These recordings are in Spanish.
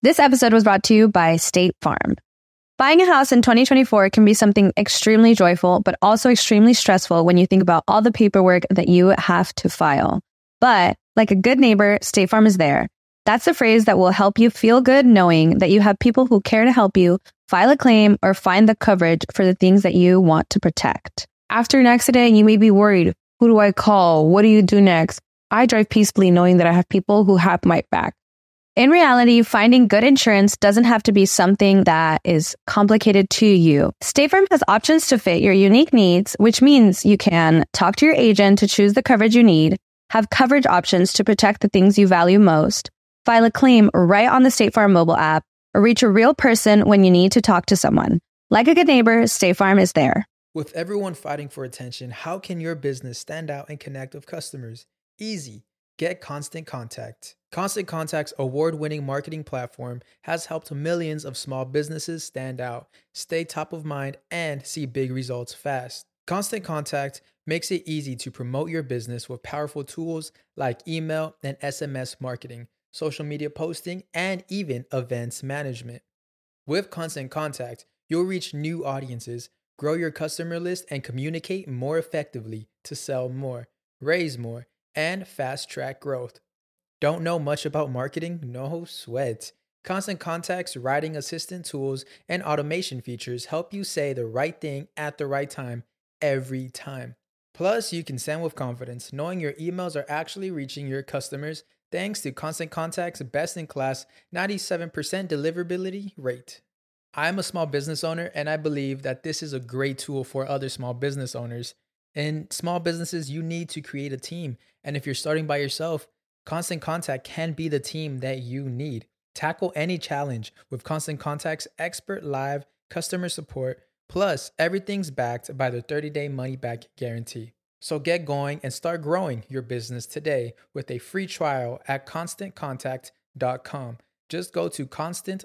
This episode was brought to you by State Farm. Buying a house in 2024 can be something extremely joyful, but also extremely stressful when you think about all the paperwork that you have to file. But like a good neighbor, State Farm is there. That's the phrase that will help you feel good knowing that you have people who care to help you file a claim or find the coverage for the things that you want to protect. After an accident, you may be worried. Who do I call? What do you do next? I drive peacefully knowing that I have people who have my back. In reality, finding good insurance doesn't have to be something that is complicated to you. State Farm has options to fit your unique needs, which means you can talk to your agent to choose the coverage you need, have coverage options to protect the things you value most, file a claim right on the State Farm mobile app, or reach a real person when you need to talk to someone. Like a good neighbor, State Farm is there. With everyone fighting for attention, how can your business stand out and connect with customers? Easy. Get Constant Contact. Constant Contact's award-winning marketing platform has helped millions of small businesses stand out, stay top of mind, and see big results fast. Constant Contact makes it easy to promote your business with powerful tools like email and SMS marketing, social media posting, and even events management. With Constant Contact, you'll reach new audiences, grow your customer list, and communicate more effectively to sell more, raise more, and fast-track growth. Don't know much about marketing? No sweat. Constant Contact's writing assistant tools and automation features help you say the right thing at the right time every time. Plus, you can send with confidence, knowing your emails are actually reaching your customers thanks to Constant Contact's best-in-class 97% deliverability rate. I'm a small business owner, and I believe that this is a great tool for other small business owners. In small businesses, you need to create a team. And if you're starting by yourself, Constant Contact can be the team that you need. Tackle any challenge with Constant Contact's expert live customer support. Plus, everything's backed by the 30-day money-back guarantee. So get going and start growing your business today with a free trial at ConstantContact.com. Just go to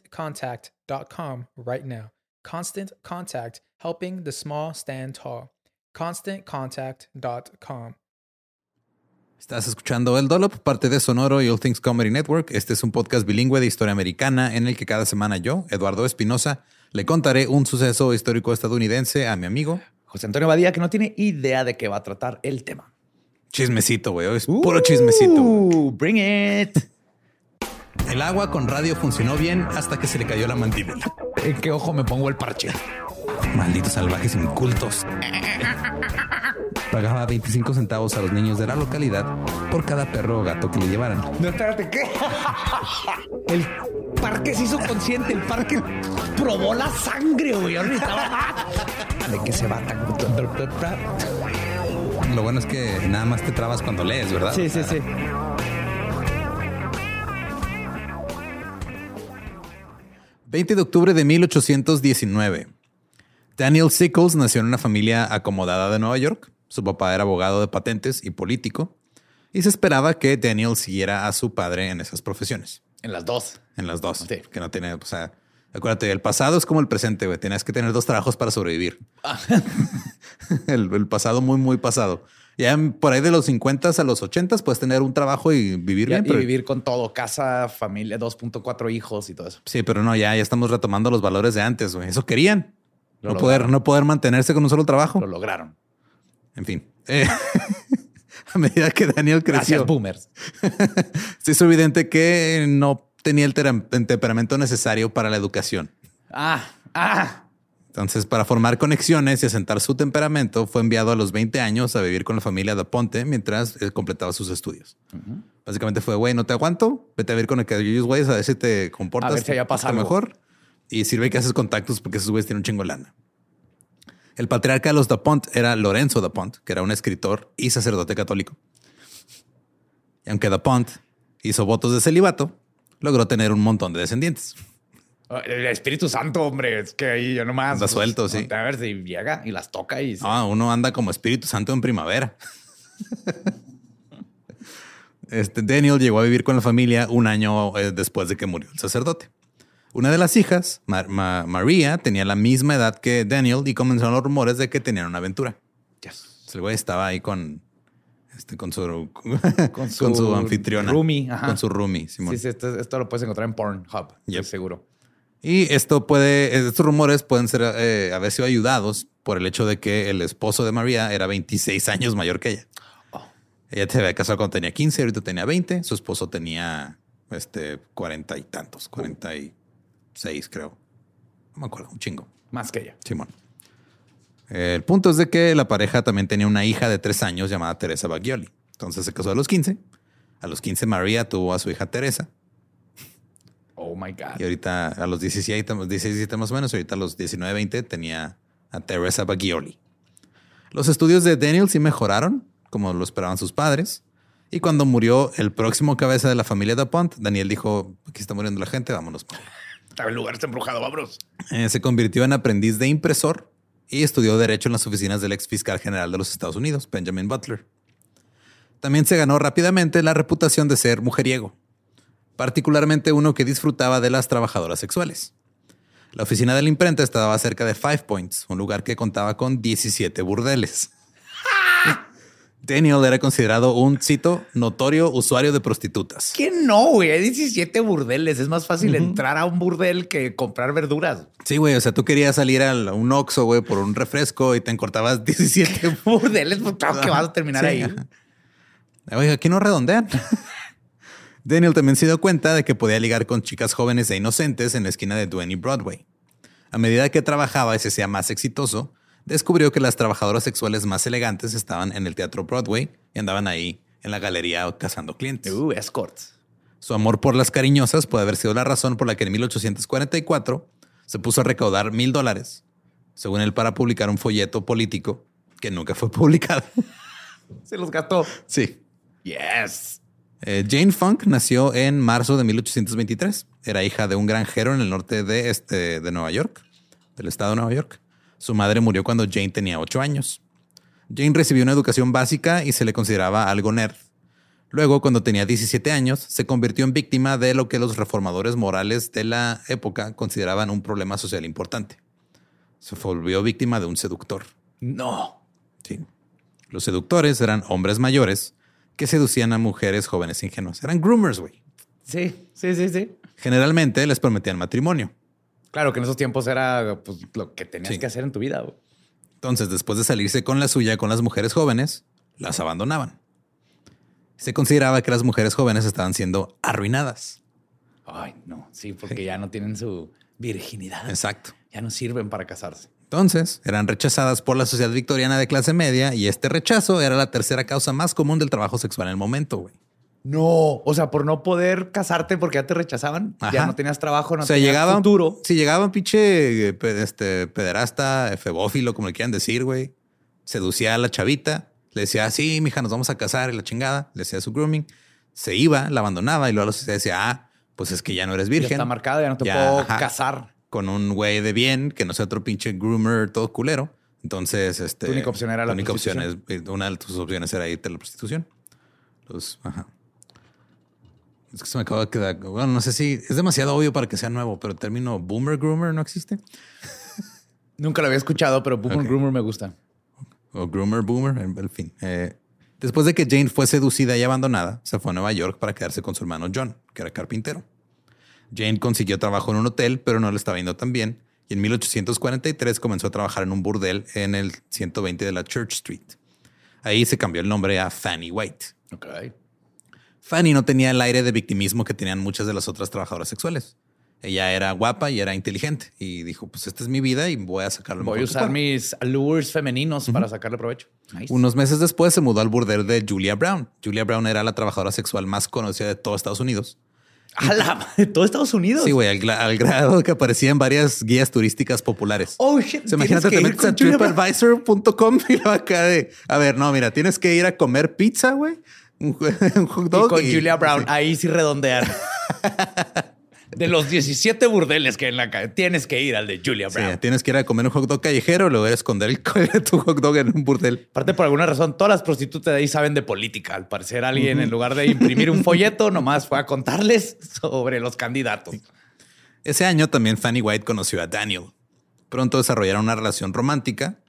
ConstantContact.com right now. Constant Contact, helping the small stand tall. ConstantContact.com. Estás escuchando El Dollop, parte de Sonoro y All Things Comedy Network. Este es un podcast bilingüe de historia americana en el que cada semana yo, Eduardo Espinosa, le contaré un suceso histórico estadounidense a mi amigo José Antonio Badía, que no tiene idea de qué va a tratar el tema. Chismecito, güey. Es puro chismecito. Bring it. El agua con radio funcionó bien hasta que se le cayó la mandíbula. ¿En qué ojo me pongo el parche? Malditos salvajes incultos. Pagaba 25 centavos a los niños de la localidad por cada perro o gato que le llevaran. No, espérate, ¿qué? El parque se hizo consciente. El parque probó la sangre, güey. Ahorita de que se va tan... Lo bueno es que nada más te trabas cuando lees, ¿verdad? Sí. 20 de octubre de 1819. Daniel Sickles nació en una familia acomodada de Nueva York. Su papá era abogado de patentes y político, y se esperaba que Daniel siguiera a su padre en esas profesiones. En las dos. Sí. Que no tiene, o sea, acuérdate, el pasado es como el presente, güey. Tienes que tener 2 trabajos para sobrevivir. el pasado muy pasado. Ya por ahí de los 50 a los 80 puedes tener un trabajo y vivir bien. Y vivir con todo, casa, familia, 2.4 hijos y todo eso. Sí, pero no, ya estamos retomando los valores de antes, güey. Eso querían. No poder mantenerse con un solo trabajo. Lo lograron. En fin, a medida que Daniel creció, gracias, boomers, se hizo evidente que no tenía el temperamento necesario para la educación. Entonces, para formar conexiones y asentar su temperamento, fue enviado a los 20 años a vivir con la familia Da Ponte mientras completaba sus estudios. Básicamente fue, güey, no te aguanto, vete a vivir con aquellos güeyes a ver si te comportas a ver si haya pasado mejor. Y sirve que haces contactos porque esos güeyes tienen un chingo de lana. El patriarca de los Da Ponte era Lorenzo Da Ponte, que era un escritor y sacerdote católico. Y aunque Da Ponte hizo votos de celibato, logró tener un montón de descendientes. El Espíritu Santo, hombre, es que ahí yo nomás... Anda suelto, sí. A ver si llega y las toca y... Uno anda como Espíritu Santo en primavera. Daniel llegó a vivir con la familia un año después de que murió el sacerdote. Una de las hijas, María, tenía la misma edad que Daniel y comenzaron los rumores de que tenían una aventura. Yes. El güey estaba ahí con con su anfitriona. Roomie. Ajá. Con su roomie, Simón. Sí, esto lo puedes encontrar en Pornhub, Yep. seguro. Y estos rumores pueden ser haber sido ayudados por el hecho de que el esposo de María era 26 años mayor que ella. Ella se había casado cuando tenía 15, ahorita tenía 20. Su esposo tenía 40 y tantos, 46 creo. No me acuerdo, un chingo. Más que ella. Simón. El punto es de que la pareja también tenía una hija de 3 años llamada Teresa Baggioli. Entonces se casó a los 15. A los 15 María tuvo a su hija Teresa. Oh my God. Y ahorita a los 17 más o menos, ahorita a los 19, 20 tenía a Teresa Baggioli. Los estudios de Daniel sí mejoraron, como lo esperaban sus padres. Y cuando murió el próximo cabeza de la familia DuPont, Daniel dijo, aquí está muriendo la gente, vámonos. El lugar está embrujado, vámonos. Se convirtió en aprendiz de impresor y estudió Derecho en las oficinas del ex fiscal general de los Estados Unidos, Benjamin Butler. También se ganó rápidamente la reputación de ser mujeriego, particularmente uno que disfrutaba de las trabajadoras sexuales. La oficina de la imprenta estaba cerca de Five Points, un lugar que contaba con 17 burdeles. Daniel era considerado un, cito, notorio usuario de prostitutas. ¿Qué no, güey? Hay 17 burdeles. Es más fácil entrar a un burdel que comprar verduras. Sí, güey. O sea, tú querías salir a un Oxxo, güey, por un refresco y te encortabas 17 burdeles. Pues claro que vas a terminar ahí. Oye, aquí no redondean. Daniel también se dio cuenta de que podía ligar con chicas jóvenes e inocentes en la esquina de Duane y Broadway. A medida que trabajaba y se hacía más exitoso, descubrió que las trabajadoras sexuales más elegantes estaban en el teatro Broadway y andaban ahí en la galería cazando clientes. Escorts. Su amor por las cariñosas puede haber sido la razón por la que en 1844 se puso a recaudar $1,000, según él, para publicar un folleto político que nunca fue publicado. Se los gastó. Sí. Yes. Jane Funk nació en marzo de 1823. Era hija de un granjero en el norte de Nueva York, del estado de Nueva York. Su madre murió cuando Jane tenía 8 años. Jane recibió una educación básica y se le consideraba algo nerd. Luego, cuando tenía 17 años, se convirtió en víctima de lo que los reformadores morales de la época consideraban un problema social importante. Se volvió víctima de un seductor. No. Sí. Los seductores eran hombres mayores que seducían a mujeres jóvenes ingenuas. Eran groomers, güey. Sí. Generalmente les prometían matrimonio. Claro que en esos tiempos era pues, lo que tenías que hacer en tu vida. Güey. Entonces, después de salirse con la suya con las mujeres jóvenes, las abandonaban. Se consideraba que las mujeres jóvenes estaban siendo arruinadas. Ay, no. Sí, porque ya no tienen su virginidad. Exacto. Ya no sirven para casarse. Entonces, eran rechazadas por la sociedad victoriana de clase media y este rechazo era la tercera causa más común del trabajo sexual en el momento, güey. No, o sea, por no poder casarte porque ya te rechazaban, ya no tenías trabajo, no tenías futuro. Si llegaba un pinche pederasta, efebófilo, como le quieran decir, güey, seducía a la chavita, le decía, sí, mija, nos vamos a casar y la chingada, le hacía su grooming, se iba, la abandonaba y luego la sociedad decía, pues es que ya no eres virgen. Ya está marcado, ya no te puedo casar. Con un güey de bien, que no sea otro pinche groomer todo culero. Entonces, tu única opción era la prostitución. Una de tus opciones era irte a la prostitución. Es que se me acaba de quedar. Bueno, no sé si es demasiado obvio para que sea nuevo, pero el término boomer groomer no existe. Nunca lo había escuchado, pero boomer groomer me gusta. O groomer boomer, en fin. Después de que Jane fue seducida y abandonada, se fue a Nueva York para quedarse con su hermano John, que era carpintero. Jane consiguió trabajo en un hotel, pero no le estaba yendo tan bien. Y en 1843 comenzó a trabajar en un burdel en el 120 de la Church Street. Ahí se cambió el nombre a Fanny White. Okay. Fanny no tenía el aire de victimismo que tenían muchas de las otras trabajadoras sexuales. Ella era guapa y era inteligente. Y dijo, pues esta es mi vida y voy a sacarlo mejor. Voy a usar mis allures femeninos para sacarle provecho. Nice. Unos meses después se mudó al burdel de Julia Brown. Julia Brown era la trabajadora sexual más conocida de todo Estados Unidos. ¿A la madre? ¿Todo Estados Unidos? Sí, güey, al grado que aparecía en varias guías turísticas populares. Oh, shit. Imagínate, te metes a tripadvisor.com y lo acá de... A ver, no, mira, tienes que ir a comer pizza, güey. Un hot dog. Y con Julia Brown, sí. Ahí sí redondean. De los 17 burdeles que hay en la calle, tienes que ir al de Julia Brown. Sí, tienes que ir a comer un hot dog callejero, luego esconder tu hot dog en un burdel. Aparte, por alguna razón, todas las prostitutas de ahí saben de política. Al parecer, alguien en lugar de imprimir un folleto, nomás fue a contarles sobre los candidatos. Sí. Ese año también Fanny White conoció a Daniel. Pronto desarrollaron una relación romántica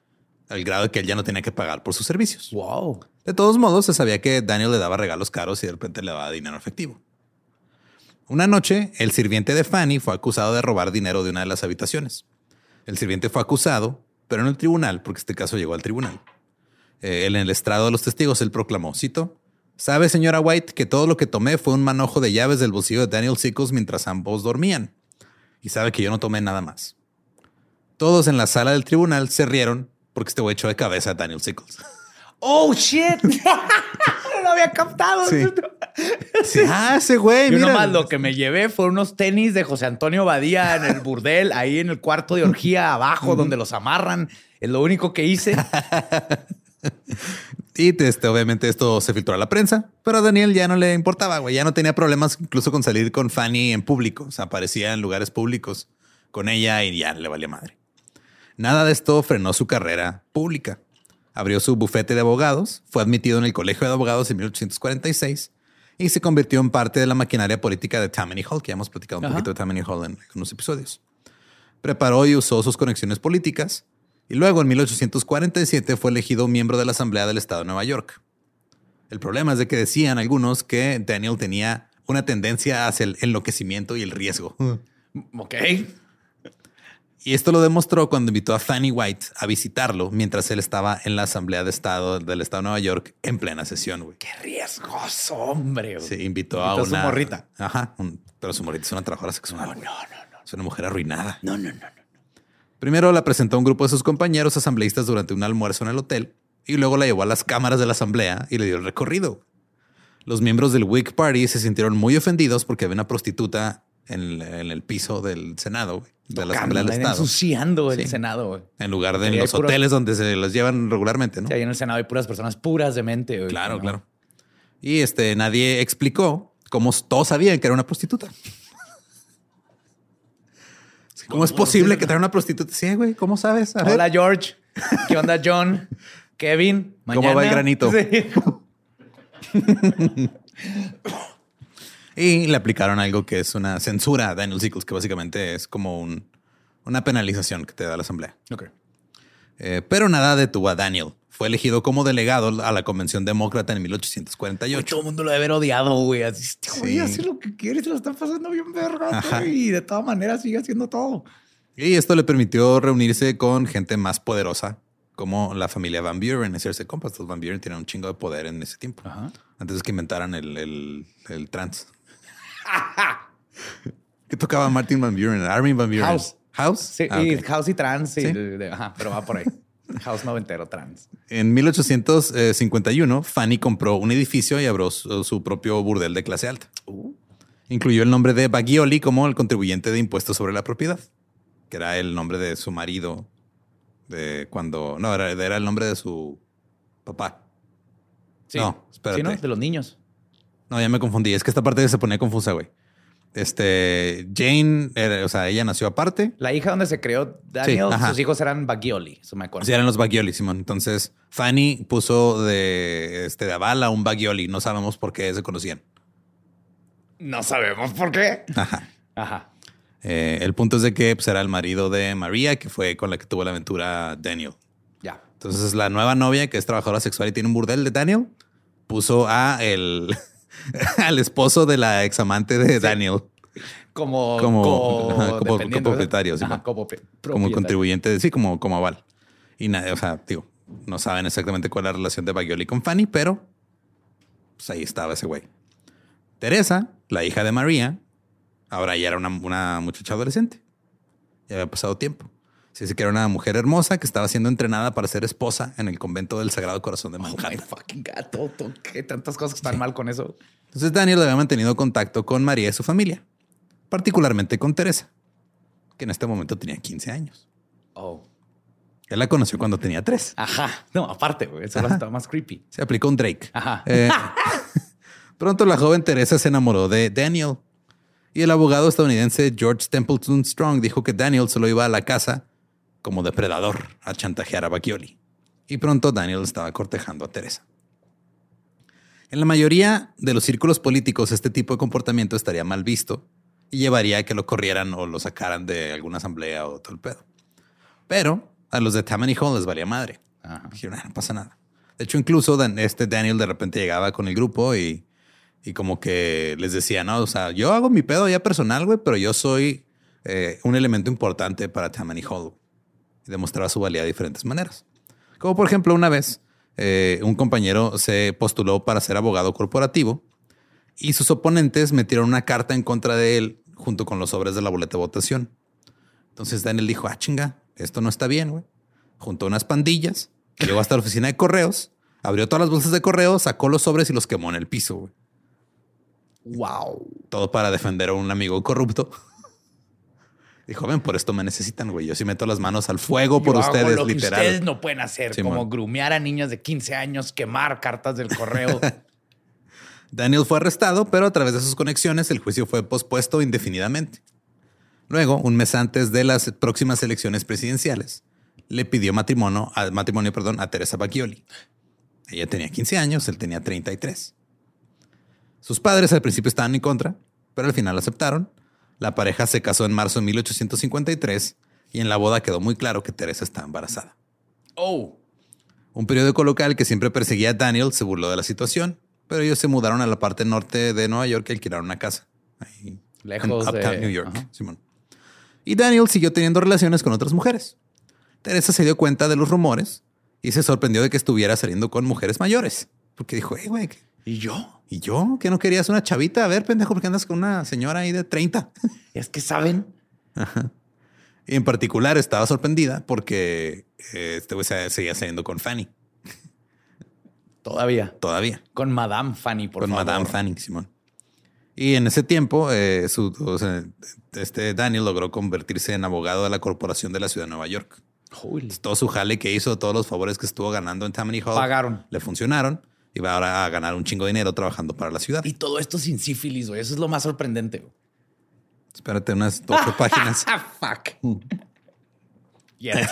al grado de que él ya no tenía que pagar por sus servicios. Wow. De todos modos, se sabía que Daniel le daba regalos caros y de repente le daba dinero efectivo. Una noche, el sirviente de Fanny fue acusado de robar dinero de una de las habitaciones. El sirviente fue acusado, pero en el tribunal, porque este caso llegó al tribunal. En el estrado de los testigos, él proclamó, cito, «Sabe, señora White, que todo lo que tomé fue un manojo de llaves del bolsillo de Daniel Sickles mientras ambos dormían. Y sabe que yo no tomé nada más». Todos en la sala del tribunal se rieron porque este güey echó de cabeza a Daniel Sickles. ¡Oh, shit! No lo había captado. Sí. Sí. Ese güey, Yo mira. nomás lo que me llevé fue unos tenis de José Antonio Badía en el burdel, ahí en el cuarto de orgía abajo, donde los amarran. Es lo único que hice. Y obviamente esto se filtró a la prensa, pero a Daniel ya no le importaba, güey. Ya no tenía problemas incluso con salir con Fanny en público. O sea, aparecía en lugares públicos con ella y ya le valía madre. Nada de esto frenó su carrera pública. Abrió su bufete de abogados, fue admitido en el Colegio de Abogados en 1846 y se convirtió en parte de la maquinaria política de Tammany Hall, que ya hemos platicado un poquito de Tammany Hall en unos episodios. Preparó y usó sus conexiones políticas y luego en 1847 fue elegido miembro de la Asamblea del Estado de Nueva York. El problema es de que decían algunos que Daniel tenía una tendencia hacia el enloquecimiento y el riesgo. Ok. Y esto lo demostró cuando invitó a Fanny White a visitarlo mientras él estaba en la Asamblea de Estado del Estado de Nueva York en plena sesión, güey. Qué riesgoso, hombre. Sí, invitó a su una morrita. Ajá, pero su morrita es una trabajadora sexual. No. Es una mujer arruinada. No. Primero la presentó a un grupo de sus compañeros asambleístas durante un almuerzo en el hotel y luego la llevó a las cámaras de la asamblea y le dio el recorrido. Los miembros del Whig Party se sintieron muy ofendidos porque había una prostituta en el piso del Senado, güey, de la Asamblea del Estado. Ensuciando el Sí. Senado, güey. En lugar de en Sí, hay los puros- hoteles donde se las llevan regularmente, ¿no? Sí, ahí en el Senado hay puras personas puras de mente, güey. Claro, ¿no? claro. Y nadie explicó cómo todos sabían que era una prostituta. ¿Cómo es posible que traer una prostituta? Sí, güey, ¿cómo sabes? A ver. Hola, George. ¿Qué onda, John? Kevin, mañana. ¿Cómo va el granito? Sí. Y le aplicaron algo que es una censura a Daniel Sickles, que básicamente es como una penalización que te da la asamblea. Ok. Pero nada detuvo a Daniel. Fue elegido como delegado a la Convención Demócrata en 1848. Todo el mundo lo debe haber odiado, güey. Así, este güey Sí. hace lo que quiere, se lo está pasando bien verga, Ajá. güey. Y de todas maneras sigue haciendo todo. Y esto le permitió reunirse con gente más poderosa, como la familia Van Buren, hacerse compas. Los Van Buren tenían un chingo de poder en ese tiempo. Ajá. Antes de que inventaran el trans. ¿Qué tocaba Martin Van Buren? Armin Van Buren. House. ¿House? Sí, Ah, y ok. House y trans. ¿Sí? Ajá, pero va por ahí. House noventero trans. En 1851, Fanny compró un edificio y abrió su propio burdel de clase alta. Incluyó el nombre de Baglioli como el contribuyente de impuestos sobre la propiedad, que era el nombre de su marido de cuando... No, era el nombre de su papá. Sí. No, espérate. Sí, ¿no? De los niños. No, ya me confundí. Es que esta parte se ponía confusa, güey. Jane, ella nació aparte. La hija donde se creó Daniel, Sí, ajá. sus hijos eran Baglioli. Eso me acuerdo. Sí, eran los Baglioli, Simón. Entonces, Fanny puso de aval a un Baglioli. No sabemos por qué se conocían. No sabemos por qué. Ajá. Ajá. El punto es de que pues, era el marido de María, que fue con la que tuvo la aventura Daniel. Ya. Entonces, la nueva novia, que es trabajadora sexual y tiene un burdel de Daniel, puso al esposo de la examante de Daniel Como dependiendo, copropietario, ¿verdad? sí, Ajá, como propietario. contribuyente, sí, como aval. Y nada, no saben exactamente cuál es la relación de Baglioli con Fanny, pero pues ahí estaba ese güey. Teresa, la hija de María, ahora ya era una muchacha adolescente. Ya había pasado tiempo. Se dice que era una mujer hermosa que estaba siendo entrenada para ser esposa en el convento del Sagrado Corazón de Oh my Manhattan. fucking God. ¿Qué tantas cosas que están mal con eso? Entonces Daniel había mantenido contacto con María y su familia, particularmente con Teresa, que en este momento tenía 15 años. Oh. Él la conoció cuando tenía 3. Ajá. No, aparte, güey. Eso está más creepy. Se aplicó un Drake. Ajá. Pronto la joven Teresa se enamoró de Daniel y el abogado estadounidense George Templeton Strong dijo que Daniel solo iba a la casa como depredador a chantajear a Baglioli. Y pronto Daniel estaba cortejando a Teresa. En la mayoría de los círculos políticos este tipo de comportamiento estaría mal visto y llevaría a que lo corrieran o lo sacaran de alguna asamblea o todo el pedo. Pero a los de Tammany Hall les valía madre. Ajá. Dijeron, no pasa nada. De hecho, incluso Daniel de repente llegaba con el grupo y como que les decía, no, o sea, yo hago mi pedo ya personal, güey, pero yo soy un elemento importante para Tammany Hall. Y demostraba su valía de diferentes maneras. Como por ejemplo, una vez un compañero se postuló para ser abogado corporativo y sus oponentes metieron una carta en contra de él junto con los sobres de la boleta de votación. Entonces Daniel dijo, chinga, esto no está bien, güey. Juntó unas pandillas, llegó hasta la oficina de correos, abrió todas las bolsas de correo, sacó los sobres y los quemó en el piso, güey. Wow. Todo para defender a un amigo corrupto. Dijo, ven, por esto me necesitan, güey. Yo sí meto las manos al fuego por ustedes, hago lo literal. Que ustedes no pueden hacer, Sí, como man. grumear a niños de 15 años, quemar cartas del correo. Daniel fue arrestado, pero a través de sus conexiones el juicio fue pospuesto indefinidamente. Luego, un mes antes de las próximas elecciones presidenciales, le pidió matrimonio a Teresa Bacchioli. Ella tenía 15 años, él tenía 33. Sus padres al principio estaban en contra, pero al final aceptaron. La pareja se casó en marzo de 1853 y en la boda quedó muy claro que Teresa estaba embarazada. Oh. Un periódico local que siempre perseguía a Daniel se burló de la situación, pero ellos se mudaron a la parte norte de Nueva York y alquilaron una casa. Ahí, Lejos en Uptown, de... New York. Ajá. Simón. Y Daniel siguió teniendo relaciones con otras mujeres. Teresa se dio cuenta de los rumores y se sorprendió de que estuviera saliendo con mujeres mayores. Porque dijo, güey, ¿Y yo? ¿y yo? ¿Que no querías una chavita? A ver, pendejo, ¿por qué andas con una señora ahí de 30? Es que saben. Y en particular estaba sorprendida porque este güey seguía saliendo con Fanny. Todavía. Todavía. Con Madame Fanny, por Con favor. Madame Fanny, Simón. Y en ese tiempo, Daniel logró convertirse en abogado de la corporación de la ciudad de Nueva York. Holy. Todo su jale que hizo, todos los favores que estuvo ganando en Tammany Hall, Pagaron. le funcionaron y va ahora a ganar un chingo de dinero trabajando para la ciudad. Y todo esto sin sífilis, güey. Eso es lo más sorprendente, güey. Espérate unas 12 páginas. Fuck. Yes.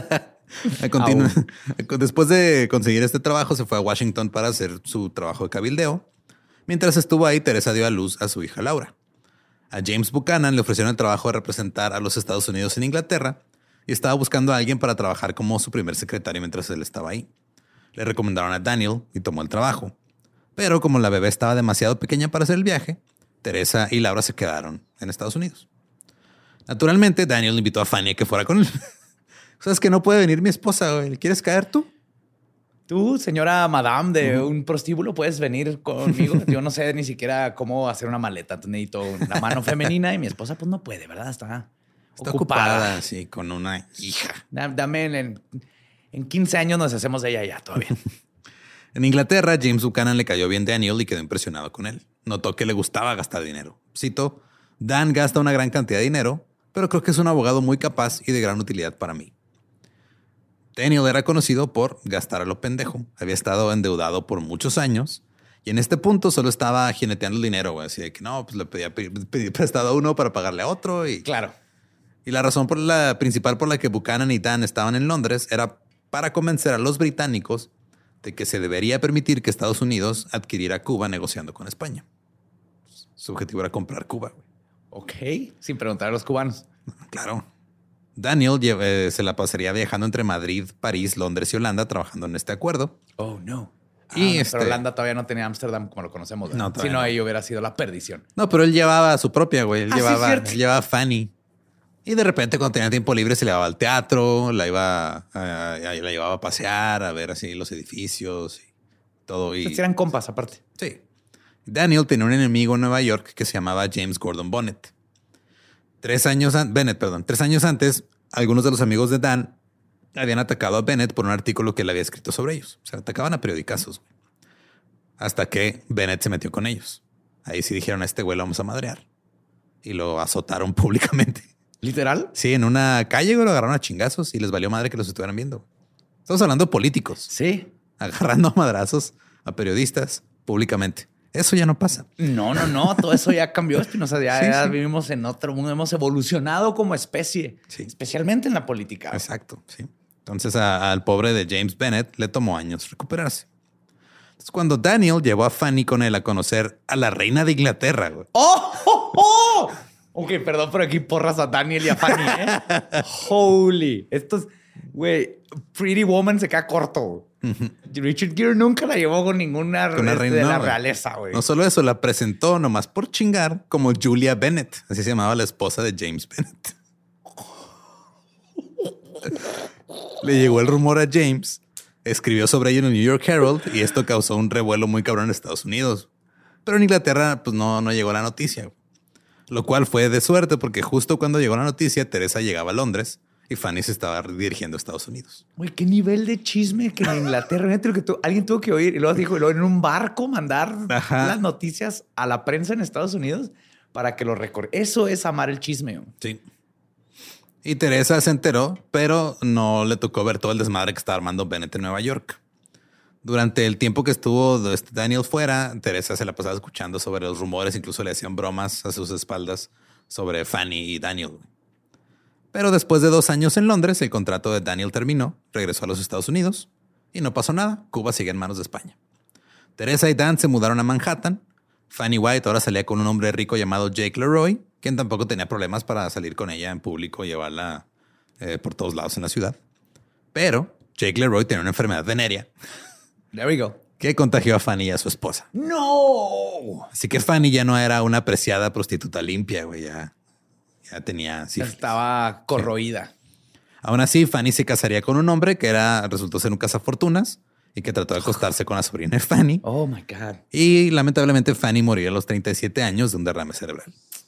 Después de conseguir este trabajo, se fue a Washington para hacer su trabajo de cabildeo. Mientras estuvo ahí, Teresa dio a luz a su hija Laura. A James Buchanan le ofrecieron el trabajo de representar a los Estados Unidos en Inglaterra y estaba buscando a alguien para trabajar como su primer secretario mientras él estaba ahí. Le recomendaron a Daniel y tomó el trabajo. Pero como la bebé estaba demasiado pequeña para hacer el viaje, Teresa y Laura se quedaron en Estados Unidos. Naturalmente, Daniel invitó a Fanny a que fuera con él. ¿Sabes que no puede venir mi esposa, güey? ¿Quieres caer tú? Tú, señora Madame de un prostíbulo, puedes venir conmigo. Yo no sé ni siquiera cómo hacer una maleta. Entonces necesito una mano femenina y mi esposa pues no puede, ¿verdad? Está ocupada, sí, con una hija. Dame en 15 años nos hacemos de ella ya, todavía. En Inglaterra, James Buchanan le cayó bien Daniel y quedó impresionado con él. Notó que le gustaba gastar dinero. Cito, Dan gasta una gran cantidad de dinero, pero creo que es un abogado muy capaz y de gran utilidad para mí. Daniel era conocido por gastar a lo pendejo. Había estado endeudado por muchos años y en este punto solo estaba jineteando el dinero, güey. Así de que no, pues le pedí prestado a uno para pagarle a otro. Y Claro. Y la razón principal por la que Buchanan y Dan estaban en Londres era para convencer a los británicos de que se debería permitir que Estados Unidos adquiriera Cuba negociando con España. Su objetivo era comprar Cuba, güey. Ok. Sin preguntar a los cubanos. Claro. Daniel se la pasaría viajando entre Madrid, París, Londres y Holanda trabajando en este acuerdo. Oh, no. Y Pero Holanda todavía no tenía Ámsterdam como lo conocemos. ¿verdad? No, todavía Si no, no. ahí hubiera sido la perdición. No, pero él llevaba su propia, güey. Él Ah, sí, cierto. llevaba a Fanny. Y de repente, cuando tenía tiempo libre, se le llevaba al teatro, la llevaba a pasear, a ver así los edificios y todo. Y Eran compas, aparte. sí. Daniel tenía un enemigo en Nueva York que se llamaba James Gordon Bennett. 3 años antes, algunos de los amigos de Dan habían atacado a Bennett por un artículo que él había escrito sobre ellos. O sea, atacaban a periodicazos. Güey. Hasta que Bennett se metió con ellos. Ahí sí dijeron, a este güey lo vamos a madrear. Y lo azotaron públicamente. ¿Literal? Sí, en una calle, güey, lo agarraron a chingazos y les valió madre que los estuvieran viendo. Estamos hablando de políticos. Sí. Agarrando a madrazos a periodistas públicamente. Eso ya no pasa. No. Todo eso ya cambió, Espinosa. Ya Sí. vivimos en otro mundo. Hemos evolucionado como especie. Sí. Especialmente en la política. Exacto, sí. Entonces al pobre de James Bennett le tomó años recuperarse. Entonces cuando Daniel llevó a Fanny con él a conocer a la reina de Inglaterra, güey. Ok, perdón, pero aquí porras a Daniel y a Fanny, ¿eh? Holy. Güey, Pretty Woman se queda corto. Richard Gere nunca la llevó con ninguna reina de la realeza, güey. No solo eso, la presentó nomás por chingar como Julia Bennett. Así se llamaba la esposa de James Bennett. Le llegó el rumor a James, escribió sobre ello en el New York Herald y esto causó un revuelo muy cabrón en Estados Unidos. Pero en Inglaterra pues no llegó la noticia, lo cual fue de suerte porque justo cuando llegó la noticia, Teresa llegaba a Londres y Fanny se estaba dirigiendo a Estados Unidos. Güey, qué nivel de chisme que en Inglaterra alguien tuvo que oír y luego dijo, en un barco mandar las noticias a la prensa en Estados Unidos para que lo recorra. Eso es amar el chisme. Sí. Y Teresa se enteró, pero no le tocó ver todo el desmadre que estaba armando Bennett en Nueva York. Durante el tiempo que estuvo Daniel fuera, Teresa se la pasaba escuchando sobre los rumores, incluso le hacían bromas a sus espaldas sobre Fanny y Daniel. Pero después de 2 años en Londres, el contrato de Daniel terminó, regresó a los Estados Unidos y no pasó nada. Cuba sigue en manos de España. Teresa y Dan se mudaron a Manhattan. Fanny White ahora salía con un hombre rico llamado Jake Leroy, quien tampoco tenía problemas para salir con ella en público y llevarla por todos lados en la ciudad. Pero Jake Leroy tenía una enfermedad venérea. There we go. Que contagió a Fanny y a su esposa. ¡No! Así que Fanny ya no era una apreciada prostituta limpia, güey. Ya tenía sífilis. Estaba corroída. Aún así, Fanny se casaría con un hombre que resultó ser un cazafortunas y que trató de acostarse con la sobrina de Fanny. Oh, my God. Y lamentablemente Fanny murió a los 37 años de un derrame cerebral.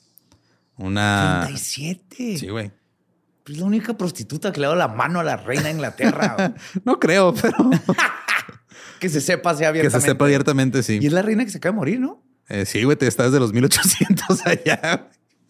37. Sí, güey. Es la única prostituta que le ha dado la mano a la reina de Inglaterra. No creo, pero... Que se sepa así abiertamente. Que se sepa abiertamente, sí. Y es la reina que se acaba de morir, ¿no? Sí, güey, te estás de los 1800 allá.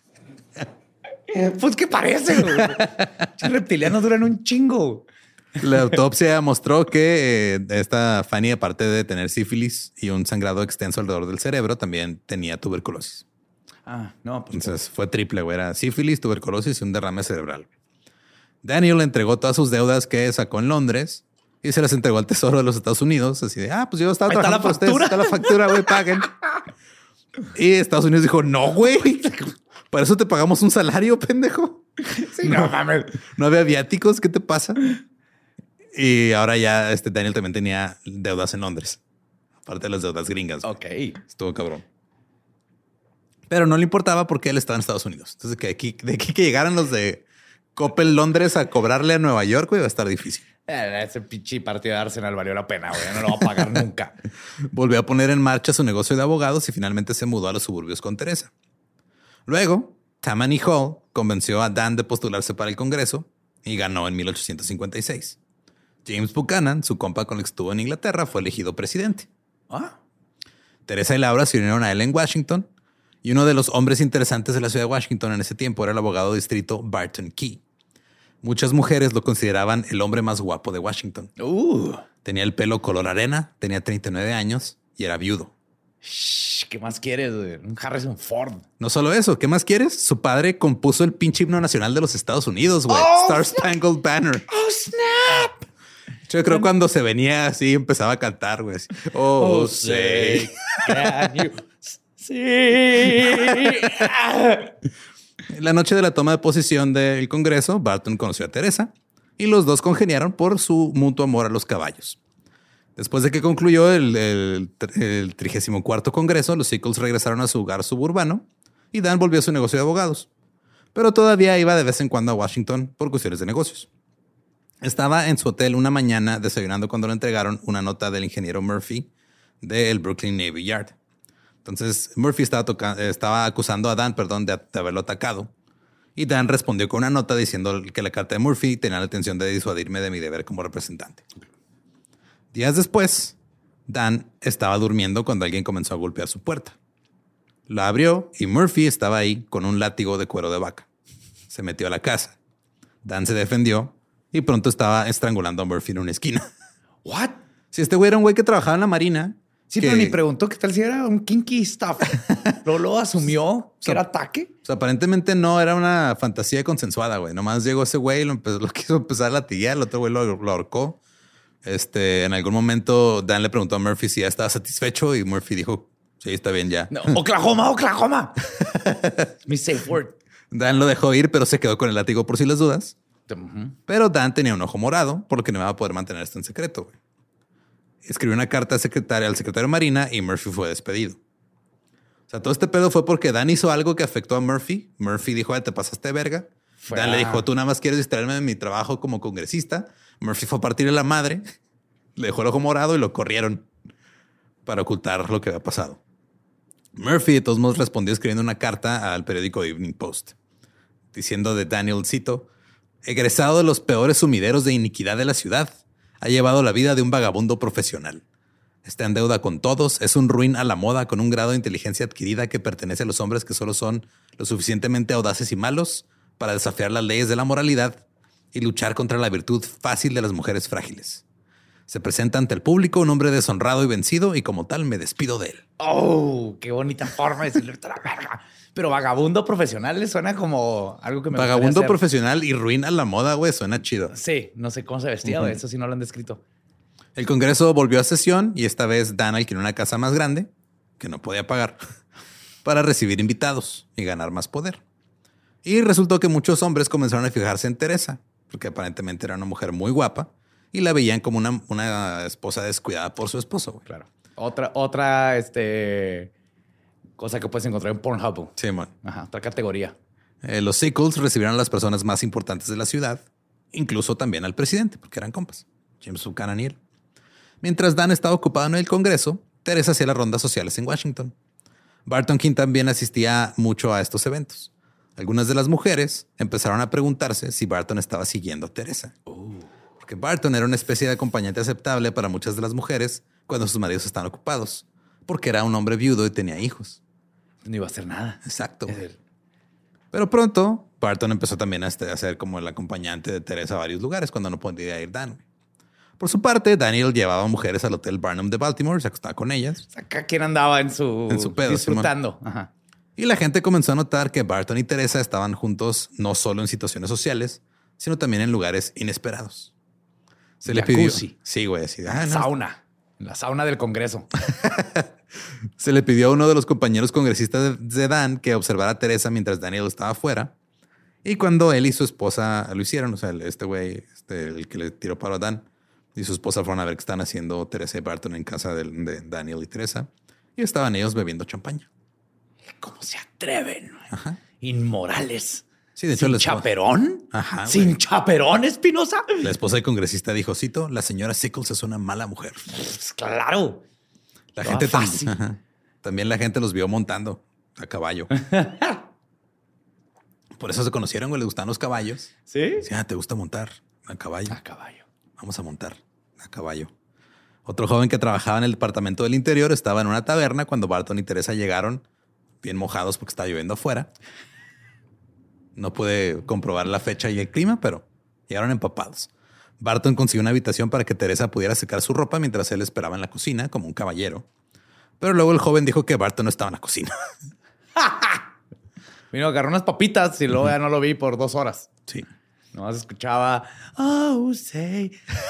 Pues que parece, güey. Los reptilianos duran un chingo. La autopsia mostró que esta Fanny, aparte de tener sífilis y un sangrado extenso alrededor del cerebro, también tenía tuberculosis. No. Pues entonces fue triple, güey. Era sífilis, tuberculosis y un derrame cerebral. Daniel le entregó todas sus deudas que sacó en Londres y se las entregó al Tesoro de los Estados Unidos. Así de, pues yo estaba trabajando para ustedes. Está la factura, güey, paguen. Y Estados Unidos dijo, no, güey. Para eso te pagamos un salario, pendejo. Sí, no mames. No había viáticos. ¿Qué te pasa? Y ahora ya Daniel también tenía deudas en Londres. Aparte de las deudas gringas. Ok. Estuvo cabrón. Pero no le importaba porque él estaba en Estados Unidos. Entonces, de aquí que llegaran los de Coppel Londres a cobrarle a Nueva York, güey, va a estar difícil. Ese pinche partido de Arsenal valió la pena, güey. No lo va a pagar nunca. Volvió a poner en marcha su negocio de abogados y finalmente se mudó a los suburbios con Teresa. Luego, Tammany Hall convenció a Dan de postularse para el Congreso y ganó en 1856. James Buchanan, su compa con el que estuvo en Inglaterra, fue elegido presidente. Teresa y Laura se unieron a él en Washington y uno de los hombres interesantes de la ciudad de Washington en ese tiempo era el abogado de distrito Barton Key. Muchas mujeres lo consideraban el hombre más guapo de Washington. Tenía el pelo color arena, tenía 39 años y era viudo. ¿Qué más quieres, güey? Un Harrison Ford. No solo eso, ¿qué más quieres? Su padre compuso el pinche himno nacional de los Estados Unidos, güey. Star Spangled Banner. ¡Oh, snap! Yo creo cuando se venía así, empezaba a cantar, güey. Oh, say. Sí. La noche de la toma de posesión del Congreso, Barton conoció a Teresa y los dos congeniaron por su mutuo amor a los caballos. Después de que concluyó el 34º Congreso, los Sickles regresaron a su hogar suburbano y Dan volvió a su negocio de abogados. Pero todavía iba de vez en cuando a Washington por cuestiones de negocios. Estaba en su hotel una mañana desayunando cuando le entregaron una nota del ingeniero Murphy del Brooklyn Navy Yard. Entonces Murphy estaba acusando a Dan, de haberlo atacado. Y Dan respondió con una nota diciendo que la carta de Murphy tenía la intención de disuadirme de mi deber como representante. Días después, Dan estaba durmiendo cuando alguien comenzó a golpear su puerta. La abrió y Murphy estaba ahí con un látigo de cuero de vaca. Se metió a la casa. Dan se defendió y pronto estaba estrangulando a Murphy en una esquina. ¿What? Si este güey era un güey que trabajaba en la marina. Sí, pero ni preguntó qué tal si era un kinky stuff. Lo asumió que era ataque. O sea, aparentemente no era una fantasía consensuada, güey. Nomás llegó ese güey y lo quiso empezar a latiguear. El otro güey lo ahorcó. En algún momento Dan le preguntó a Murphy si ya estaba satisfecho y Murphy dijo, sí, está bien ya. No, Oklahoma. Mi safe word. Dan lo dejó ir, pero se quedó con el látigo por si las dudas. Pero Dan tenía un ojo morado, por lo que no iba a poder mantener esto en secreto. Güey. Escribió una carta al secretario de Marina y Murphy fue despedido. O sea, todo este pedo fue porque Dan hizo algo que afectó a Murphy. Murphy dijo, te pasaste de verga. Dan le dijo, tú nada más quieres distraerme de mi trabajo como congresista. Murphy fue a partirle la madre, le dejó el ojo morado y lo corrieron para ocultar lo que había pasado. Murphy, de todos modos, respondió escribiendo una carta al periódico Evening Post, diciendo de Daniel, cito, egresado de los peores sumideros de iniquidad de la ciudad, ha llevado la vida de un vagabundo profesional. Está en deuda con todos, es un ruin a la moda con un grado de inteligencia adquirida que pertenece a los hombres que solo son lo suficientemente audaces y malos para desafiar las leyes de la moralidad y luchar contra la virtud fácil de las mujeres frágiles. Se presenta ante el público un hombre deshonrado y vencido y como tal me despido de él. Oh, qué bonita forma de decirle la verga. Pero vagabundo profesional le suena como algo que me gustaría Vagabundo hacer. profesional y ruin a la moda, güey, suena chido. Sí, no sé cómo se vestía, güey. Eso sí no lo han descrito. El Congreso volvió a sesión y esta vez Dan alquiló una casa más grande, que no podía pagar, para recibir invitados y ganar más poder. Y resultó que muchos hombres comenzaron a fijarse en Teresa, porque aparentemente era una mujer muy guapa y la veían como una esposa descuidada por su esposo. Güey. Claro. Otra cosa que puedes encontrar en Pornhub. Sí, man. Ajá, otra categoría. Los Sickles recibieron a las personas más importantes de la ciudad, incluso también al presidente, porque eran compas, James Buchanan y él. Mientras Dan estaba ocupado en el Congreso, Teresa hacía las rondas sociales en Washington. Barton King también asistía mucho a estos eventos. Algunas de las mujeres empezaron a preguntarse si Barton estaba siguiendo a Teresa. Porque Barton era una especie de acompañante aceptable para muchas de las mujeres cuando sus maridos estaban ocupados, porque era un hombre viudo y tenía hijos. No iba a hacer nada. Exacto. Pero pronto, Barton empezó también a ser como el acompañante de Teresa a varios lugares cuando no podía ir Dan. Por su parte, Daniel llevaba mujeres al Hotel Barnum de Baltimore, se acostaba con ellas. Acá quien andaba en su pedo, disfrutando. Ajá. Y la gente comenzó a notar que Barton y Teresa estaban juntos no solo en situaciones sociales, sino también en lugares inesperados. Se le pidió. Sí, güey. Así, sauna. La sauna del Congreso. Se le pidió a uno de los compañeros congresistas de Dan que observara a Teresa mientras Daniel estaba afuera. Y cuando él y su esposa lo hicieron, o sea, este güey, el que le tiró paro a Dan y su esposa fueron a ver qué están haciendo Teresa y Barton en casa de Daniel y Teresa. Y estaban ellos bebiendo champaña. ¿Cómo se atreven? Ajá. Inmorales. Sí, de hecho, ¿Sin chaperón? Ajá. ¿Sin güey. chaperón, Espinosa? La esposa del congresista dijo, cito, la señora Sickles es una mala mujer. Pues claro. La gente también la gente los vio montando a caballo. Por eso se conocieron, güey. Les gustan los caballos. ¿Sí? Sí, te gusta montar a caballo. A caballo. Vamos a montar a caballo. Otro joven que trabajaba en el departamento del interior estaba en una taberna cuando Barton y Teresa llegaron bien mojados porque estaba lloviendo afuera. No pude comprobar la fecha y el clima, pero llegaron empapados. Barton consiguió una habitación para que Teresa pudiera secar su ropa mientras él esperaba en la cocina como un caballero. Pero luego el joven dijo que Barton no estaba en la cocina. Vino, agarró unas papitas y luego ya no lo vi por 2 horas. Sí. Nomás escuchaba, oh, say.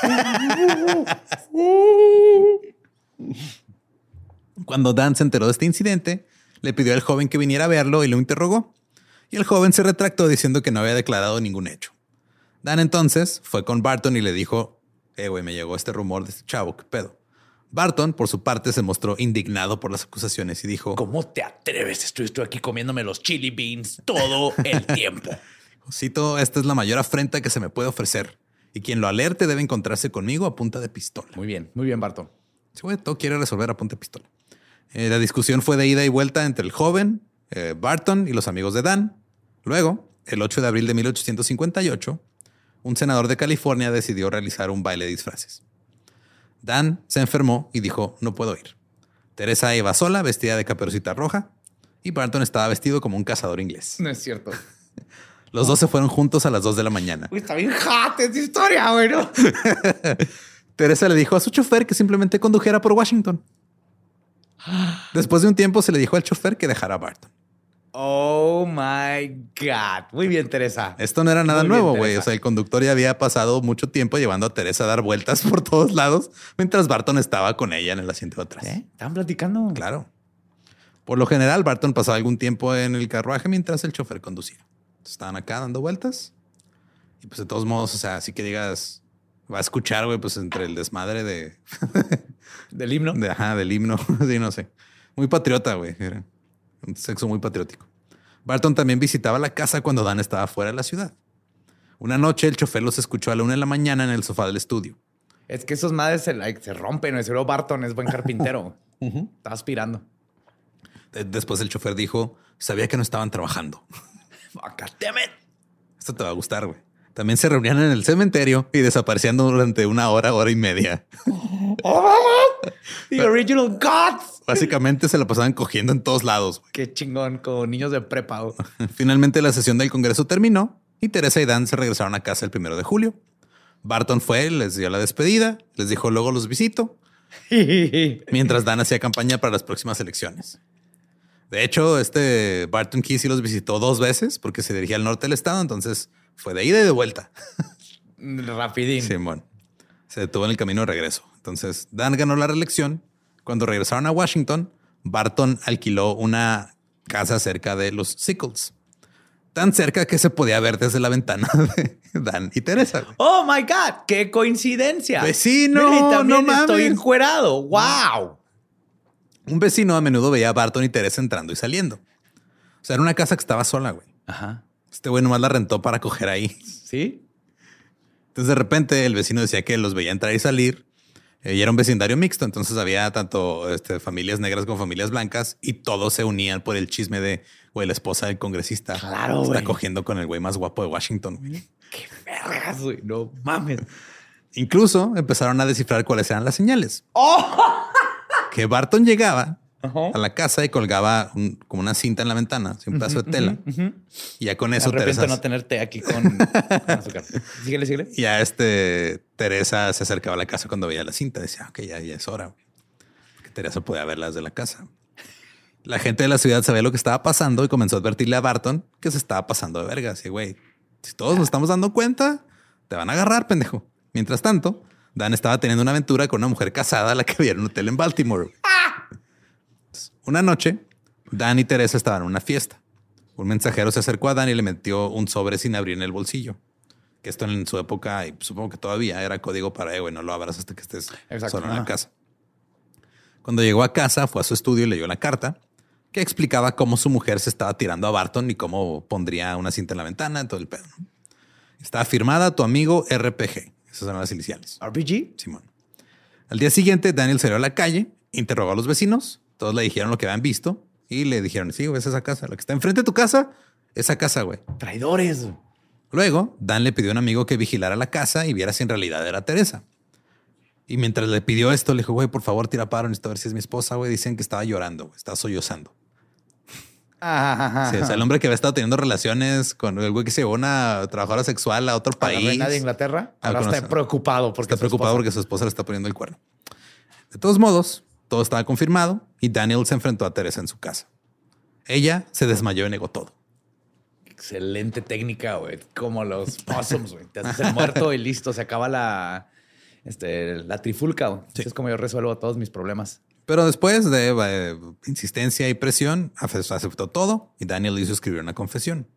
Cuando Dan se enteró de este incidente, le pidió al joven que viniera a verlo y lo interrogó. Y el joven se retractó diciendo que no había declarado ningún hecho. Dan entonces fue con Barton y le dijo, güey, me llegó este rumor de este chavo, ¿qué pedo? Barton, por su parte, se mostró indignado por las acusaciones y dijo, ¿cómo te atreves? Estoy aquí comiéndome los chili beans todo el tiempo. cito, esta es la mayor afrenta que se me puede ofrecer y quien lo alerte debe encontrarse conmigo a punta de pistola. Muy bien, Barton. Sí, güey, todo quiere resolver a punta de pistola. La discusión fue de ida y vuelta entre el joven, Barton y los amigos de Dan. Luego, el 8 de abril de 1858, un senador de California decidió realizar un baile de disfraces. Dan se enfermó y dijo, no puedo ir. Teresa iba sola, vestida de caperucita roja, y Barton estaba vestido como un cazador inglés. No es cierto. Los dos se fueron juntos a las 2 de la mañana. Uy, está bien hot esta historia, güey, ¿no? Teresa le dijo a su chofer que simplemente condujera por Washington. Después de un tiempo se le dijo al chofer que dejara a Barton. Oh my God. Muy bien, Teresa. Esto no era nada nuevo, güey. O sea, el conductor ya había pasado mucho tiempo llevando a Teresa a dar vueltas por todos lados mientras Barton estaba con ella en el asiento de atrás. ¿Estaban platicando? Claro. Por lo general, Barton pasaba algún tiempo en el carruaje mientras el chofer conducía. Estaban acá dando vueltas Y pues de todos modos, o sea, así que digas, va a escuchar, güey, pues entre el desmadre de... ¿Del himno? Del himno. Sí, no sé. Muy patriota, güey. Era un sexo muy patriótico. Barton también visitaba la casa cuando Dan estaba fuera de la ciudad. Una noche el chofer los escuchó a la 1 de la mañana en el sofá del estudio. Es que esos madres se rompen. Seguro Barton es buen carpintero. Está aspirando. Después el chofer dijo, sabía que no estaban trabajando. God damn it. Esto te va a gustar, güey. También se reunían en el cementerio y desaparecían durante 1 hora, hora y media. The original gods. Básicamente se la pasaban cogiendo en todos lados, güey. Qué chingón, como niños de prepa. Güey. Finalmente la sesión del Congreso terminó y Teresa y Dan se regresaron a casa el 1 de julio. Barton fue, les dio la despedida, les dijo luego los visito, mientras Dan hacía campaña para las próximas elecciones. De hecho, Barton Key sí los visitó 2 veces porque se dirigía al norte del estado, entonces fue de ida y de vuelta. Rapidín. Sí, bueno. Se detuvo en el camino de regreso. Entonces, Dan ganó la reelección. Cuando regresaron a Washington, Barton alquiló una casa cerca de los Sickles. Tan cerca que se podía ver desde la ventana de Dan y Teresa. Oh my God, qué coincidencia. Vecino, Mira, y también no mames. estoy encuerado. Wow. Un vecino a menudo veía a Barton y Teresa entrando y saliendo. O sea, era una casa que estaba sola, güey. Ajá. Este güey nomás la rentó para coger ahí. Sí. Entonces, de repente, el vecino decía que los veía entrar y salir. Y era un vecindario mixto. Entonces, había tanto familias negras como familias blancas y todos se unían por el chisme de, güey, la esposa del congresista Claro, está güey. cogiendo con el güey más guapo de Washington. Güey. Qué vergas, güey. No mames. Incluso empezaron a descifrar cuáles eran las señales. ¡Oh! Que Barton llegaba Ajá. a la casa y colgaba como una cinta en la ventana, así un pedazo de tela. Y ya con eso Me arrepiento Teresa... de no tener té aquí con azúcar. Síguele. Ya Teresa se acercaba a la casa cuando veía la cinta. Decía, ok, ya es hora. Güey. Porque Teresa podía verlas de la casa. La gente de la ciudad sabía lo que estaba pasando y comenzó a advertirle a Barton que se estaba pasando de verga. Así, güey, si todos nos estamos dando cuenta, te van a agarrar, pendejo. Mientras tanto, Dan estaba teniendo una aventura con una mujer casada a la que había en un hotel en Baltimore. Entonces, una noche, Dan y Teresa estaban en una fiesta. Un mensajero se acercó a Dan y le metió un sobre sin abrir en el bolsillo. Que esto en su época, y supongo que todavía, era código para, güey, no lo abras hasta que estés solo en la casa. Cuando llegó a casa, fue a su estudio y leyó la carta que explicaba cómo su mujer se estaba tirando a Barton y cómo pondría una cinta en la ventana, todo el pedo. ¿No? Estaba firmada tu amigo RPG. Esas son las iniciales. RPG. Simón. Al día siguiente, Daniel salió a la calle, interrogó a los vecinos. Todos le dijeron lo que habían visto y le dijeron, sí, güey, es esa casa. La que está enfrente de tu casa, esa casa, güey. Traidores. Luego, Dan le pidió a un amigo que vigilara la casa y viera si en realidad era Teresa. Y mientras le pidió esto, le dijo, güey, por favor, tira paro, necesito ver si es mi esposa, güey. Dicen que estaba llorando, güey, estaba sollozando. Sí, o sea, el hombre que había estado teniendo relaciones con el güey que se llevó una trabajadora sexual a otro A la país. reina de Inglaterra. Ahora conocer. está preocupado porque Está preocupado porque su esposa le está poniendo el cuerno. De todos modos, todo estaba confirmado y Daniel se enfrentó a Teresa en su casa. Ella se desmayó y negó todo. Excelente técnica, güey. Como los possums, güey. Te haces el muerto y listo. Se acaba la trifulca, güey. Sí. Es como yo resuelvo todos mis problemas. Pero después de insistencia y presión, aceptó todo y Daniel hizo escribir una confesión.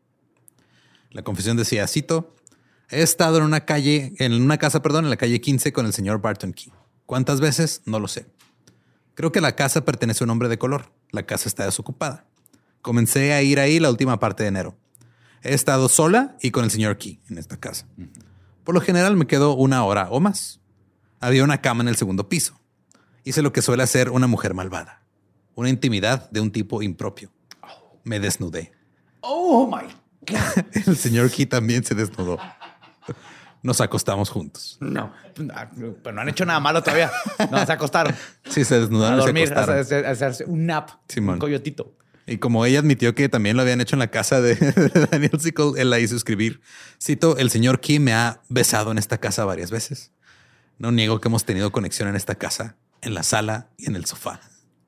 La confesión decía, cito, he estado en una casa, en la calle 15 con el señor Barton Key. ¿Cuántas veces? No lo sé. Creo que la casa pertenece a un hombre de color. La casa está desocupada. Comencé a ir ahí la última parte de enero. He estado sola y con el señor Key en esta casa. Por lo general me quedo 1 hora o más. Había una cama en el segundo piso. Hice lo que suele hacer una mujer malvada. Una intimidad de un tipo impropio. Me desnudé. Oh, my God. El señor Key también se desnudó. Nos acostamos juntos. No, pero no han hecho nada malo todavía. No, se acostaron. Sí, se desnudaron A y se dormir, a acostaron. hacerse un nap. Simón. Un coyotito. Y como ella admitió que también lo habían hecho en la casa de Daniel Sickle, él la hizo escribir. Cito, el señor Key me ha besado en esta casa varias veces. No niego que hemos tenido conexión en esta casa, en la sala y en el sofá.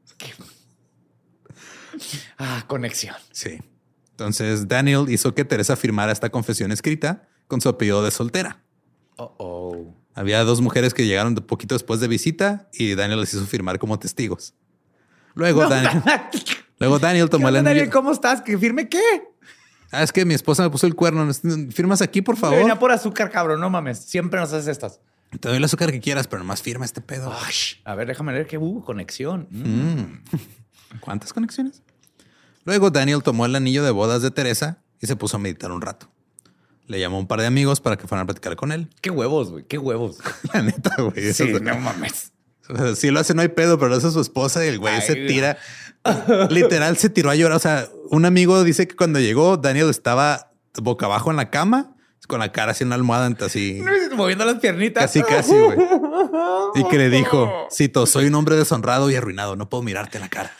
Conexión. Sí. Entonces Daniel hizo que Teresa firmara esta confesión escrita con su apellido de soltera. Había 2 mujeres que llegaron de poquito después de visita y Daniel les hizo firmar como testigos. Luego Daniel tomó el anillo. Daniel, ¿cómo estás? ¿Que firme qué? Es que mi esposa me puso el cuerno. ¿Firmas aquí, por favor? Venía por azúcar, cabrón. No mames. Siempre nos haces estas. Te doy el azúcar que quieras, pero nomás firma este pedo. Ay, a ver, déjame ver qué conexión. ¿Cuántas conexiones? Luego Daniel tomó el anillo de bodas de Teresa y se puso a meditar un rato. Le llamó a un par de amigos para que fueran a platicar con él. Qué huevos, güey. Qué huevos. La neta, güey. Sí, no mames. O sea, si lo hace, no hay pedo, pero lo hace su esposa y el güey se tira. Literal, se tiró a llorar. O sea, un amigo dice que cuando llegó, Daniel estaba boca abajo en la cama, con la cara así en una almohada, así moviendo las piernitas. Casi, güey. Y que le dijo, cito, soy un hombre deshonrado y arruinado. No puedo mirarte en la cara.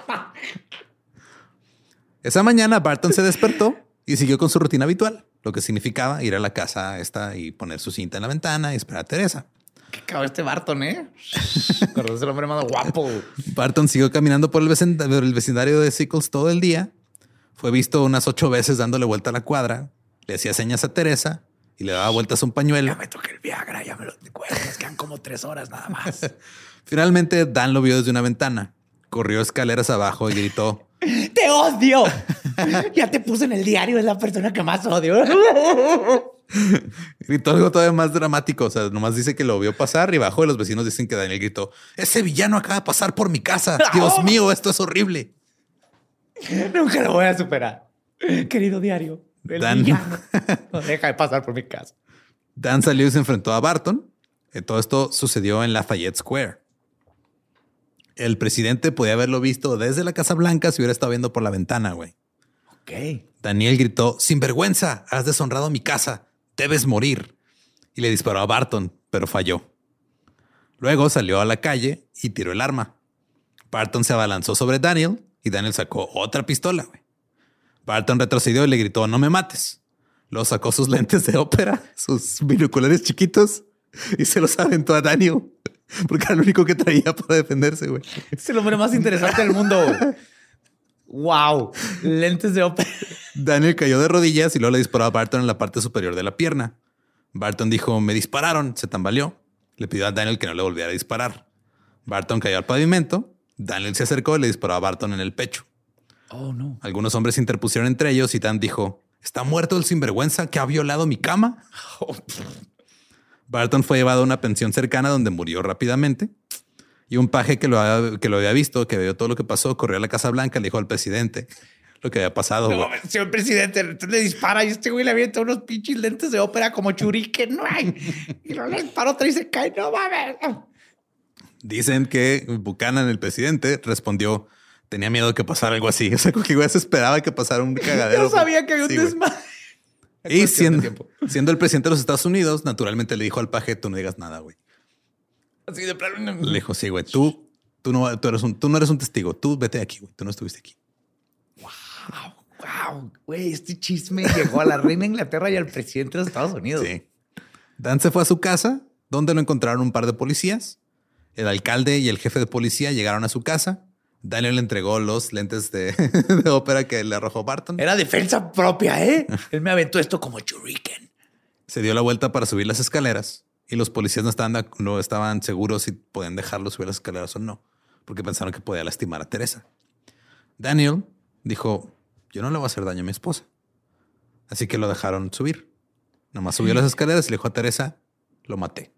Esa mañana Barton se despertó y siguió con su rutina habitual, lo que significaba ir a la casa esta y poner su cinta en la ventana y esperar a Teresa. Qué cabrón este Barton, ¿eh? Es el hombre más guapo. Barton siguió caminando por el vecindario de Sickles todo el día. Fue visto unas 8 veces dándole vuelta a la cuadra. Le hacía señas a Teresa y le daba vueltas a un pañuelo. Ya me toqué el Viagra, ya me lo cuelgas, quedan como 3 horas nada más. Finalmente, Dan lo vio desde una ventana. Corrió escaleras abajo y gritó: ¡Te odio! Ya te puse en el diario, es la persona que más odio. Gritó algo todavía más dramático. O sea, nomás dice que lo vio pasar y bajó y los vecinos dicen que Daniel gritó: ¡Ese villano acaba de pasar por mi casa! ¡Dios mío, esto es horrible! Nunca lo voy a superar. Querido diario, el villano no deja de pasar por mi casa. Dan salió y se enfrentó a Barton. Todo esto sucedió en Lafayette Square. El presidente podía haberlo visto desde la Casa Blanca si hubiera estado viendo por la ventana, güey. Ok. Daniel gritó: ¡Sinvergüenza! Has deshonrado mi casa. Debes morir. Y le disparó a Barton, pero falló. Luego salió a la calle y tiró el arma. Barton se abalanzó sobre Daniel y Daniel sacó otra pistola, güey. Barton retrocedió y le gritó: ¡No me mates! Luego sacó sus lentes de ópera, sus binoculares chiquitos y se los aventó a Daniel. Porque era lo único que traía para defenderse, güey. Es el hombre más interesante del mundo, güey. Wow. Lentes de ópera. Daniel cayó de rodillas y luego le disparó a Barton en la parte superior de la pierna. Barton dijo: me dispararon. Se tambaleó. Le pidió a Daniel que no le volviera a disparar. Barton cayó al pavimento. Daniel se acercó y le disparó a Barton en el pecho. Oh, no. Algunos hombres se interpusieron entre ellos y Dan dijo: ¿está muerto el sinvergüenza que ha violado mi cama? Barton fue llevado a una pensión cercana donde murió rápidamente. Y un paje que lo había visto, que vio todo lo que pasó, corrió a la Casa Blanca, le dijo al presidente lo que había pasado. No, señor presidente, le dispara y este güey le avienta unos pinches lentes de ópera como churique. No hay. Y no le dispara otra y se cae. No mames. Dicen que Buchanan, el presidente, respondió: tenía miedo de que pasara algo así. O sea, que güey se esperaba que pasara un cagadero. Yo sabía que había un desmadre. Y siendo el presidente de los Estados Unidos, naturalmente le dijo al paje: tú no digas nada, güey. Así de plano. Le dijo: sí, güey, tú no eres un testigo. Tú vete de aquí, güey. Tú no estuviste aquí. Wow. Güey, este chisme llegó a la reina de Inglaterra y al presidente de los Estados Unidos. Sí. Dan se fue a su casa, donde lo encontraron un par de policías. El alcalde y el jefe de policía llegaron a su casa. Daniel le entregó los lentes de ópera que le arrojó Barton. Era defensa propia, ¿eh? Él me aventó esto como shuriken. Se dio la vuelta para subir las escaleras y los policías no estaban seguros si podían dejarlo subir las escaleras o no, porque pensaron que podía lastimar a Teresa. Daniel dijo: yo no le voy a hacer daño a mi esposa. Así que lo dejaron subir. Nomás subió las escaleras y le dijo a Teresa: lo maté.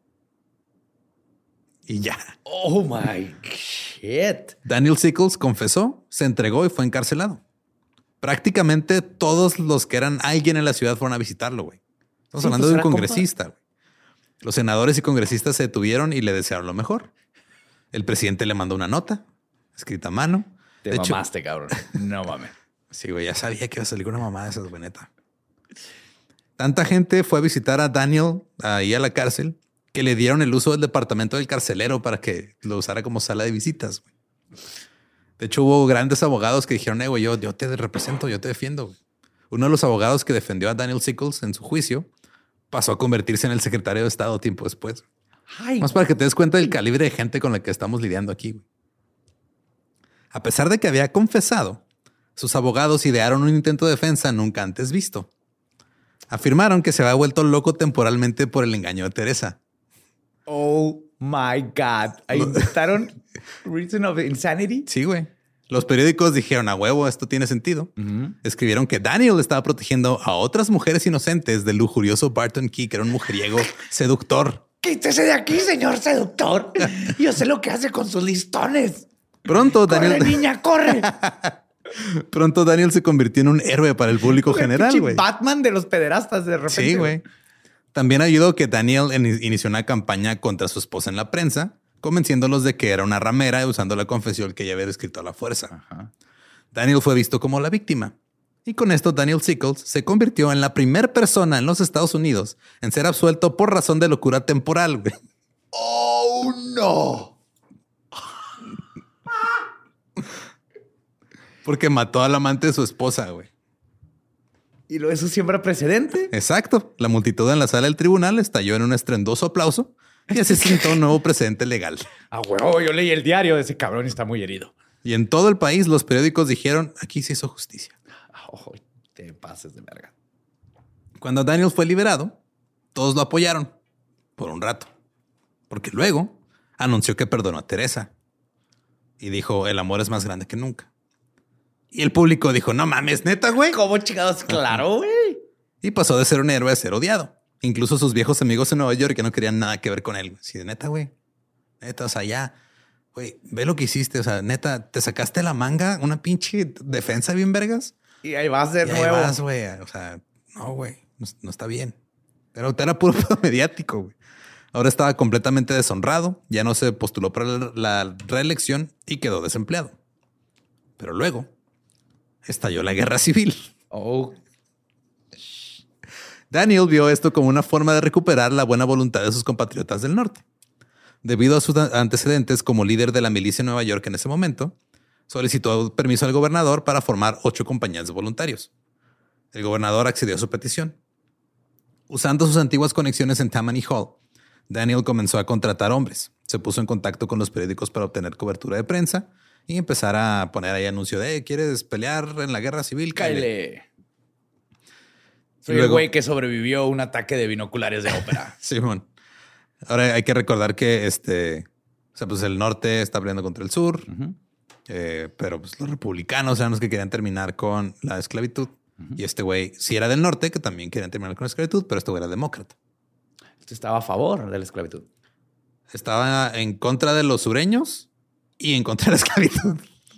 Y ya. Oh my shit. Daniel Sickles confesó, se entregó y fue encarcelado. Prácticamente todos los que eran alguien en la ciudad fueron a visitarlo, güey. Estamos hablando de un congresista, güey. Los senadores y congresistas se detuvieron y le desearon lo mejor. El presidente le mandó una nota escrita a mano. Te mamaste, cabrón. No mames. Sí, güey, ya sabía que iba a salir una mamada de esas, güey, neta. Tanta gente fue a visitar a Daniel ahí a la cárcel que le dieron el uso del departamento del carcelero para que lo usara como sala de visitas, güey. De hecho, hubo grandes abogados que dijeron: güey, yo te represento, yo te defiendo, güey. Uno de los abogados que defendió a Daniel Sickles en su juicio pasó a convertirse en el secretario de Estado tiempo después. Ay. Más para que te des cuenta del calibre de gente con la que estamos lidiando aquí, güey. A pesar de que había confesado, sus abogados idearon un intento de defensa nunca antes visto. Afirmaron que se había vuelto loco temporalmente por el engaño de Teresa. Oh my God. ¿Ahí inventaron Reason of Insanity? Sí, güey. Los periódicos dijeron a huevo, esto tiene sentido. Escribieron que Daniel estaba protegiendo a otras mujeres inocentes del lujurioso Barton Key, que era un mujeriego seductor. Quítese de aquí, señor seductor. Yo sé lo que hace con sus listones. Pronto, Daniel. ¡Corre, niña, corre! Pronto Daniel se convirtió en un héroe para el público general, güey. Batman de los pederastas de repente. Sí, güey. También ayudó que Daniel inició una campaña contra su esposa en la prensa, convenciéndolos de que era una ramera usando la confesión que ella había escrito a la fuerza. Ajá. Daniel fue visto como la víctima. Y con esto, Daniel Sickles se convirtió en la primera persona en los Estados Unidos en ser absuelto por razón de locura temporal, güey. ¡Oh, no! Porque mató al amante de su esposa, güey. ¿Y eso siembra precedente? Exacto. La multitud en la sala del tribunal estalló en un estruendoso aplauso y así se sentó un nuevo precedente legal. Ah, huevo, yo leí el diario de ese cabrón y está muy herido. Y en todo el país los periódicos dijeron, aquí se hizo justicia. Oh, te pases de verga. Cuando Daniel fue liberado, todos lo apoyaron por un rato. Porque luego anunció que perdonó a Teresa. Y dijo, el amor es más grande que nunca. Y el público dijo, no mames, neta, güey. ¿Cómo chingados? Claro, güey. Y pasó de ser un héroe a ser odiado. Incluso sus viejos amigos en Nueva York que no querían nada que ver con él. Sí, de neta, güey. Neta, o sea, ya, güey, ve lo que hiciste. O sea, neta, te sacaste la manga una pinche defensa bien vergas. Y ahí vas de nuevo. Ahí vas, güey. O sea, no, güey, no está bien. Pero era puro pedo mediático, güey. Ahora estaba completamente deshonrado. Ya no se postuló para la reelección y quedó desempleado. Pero luego estalló la guerra civil. Oh. Daniel vio esto como una forma de recuperar la buena voluntad de sus compatriotas del norte. Debido a sus antecedentes como líder de la milicia en Nueva York en ese momento, solicitó permiso al gobernador para formar 8 compañías de voluntarios. El gobernador accedió a su petición. Usando sus antiguas conexiones en Tammany Hall, Daniel comenzó a contratar hombres. Se puso en contacto con los periódicos para obtener cobertura de prensa y empezar a poner ahí anuncio de ¿quieres pelear en la guerra civil? Cáele. Soy el güey que sobrevivió a un ataque de binoculares de ópera. Simón. Ahora hay que recordar que pues el norte está peleando contra el sur, pero pues los republicanos eran los que querían terminar con la esclavitud. Y este güey sí era del norte, que también querían terminar con la esclavitud, pero este güey era demócrata. Este estaba a favor de la esclavitud. Estaba en contra de los sureños y en contra de la esclavitud.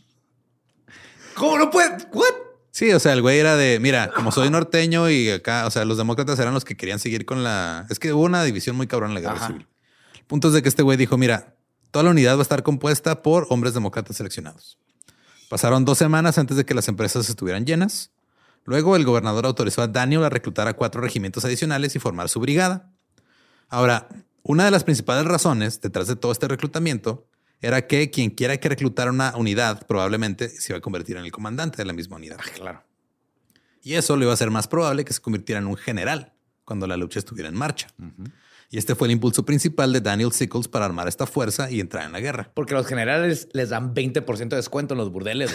¿Cómo no puede? ¿What? Sí, o sea, el güey era de, mira, como soy norteño y acá, o sea, los demócratas eran los que querían seguir con la... Es que hubo una división muy cabrón en la guerra civil. El punto es de que este güey dijo, mira, toda la unidad va a estar compuesta por hombres demócratas seleccionados. Pasaron 2 semanas antes de que las empresas estuvieran llenas. Luego el gobernador autorizó a Daniel a reclutar a 4 regimientos adicionales y formar su brigada. Ahora, una de las principales razones detrás de todo este reclutamiento era que quien quiera que reclutara una unidad probablemente se iba a convertir en el comandante de la misma unidad. Claro. Y eso le iba a hacer más probable que se convirtiera en un general cuando la lucha estuviera en marcha. Y este fue el impulso principal de Daniel Sickles para armar esta fuerza y entrar en la guerra. Porque los generales les dan 20% de descuento en los burdeles.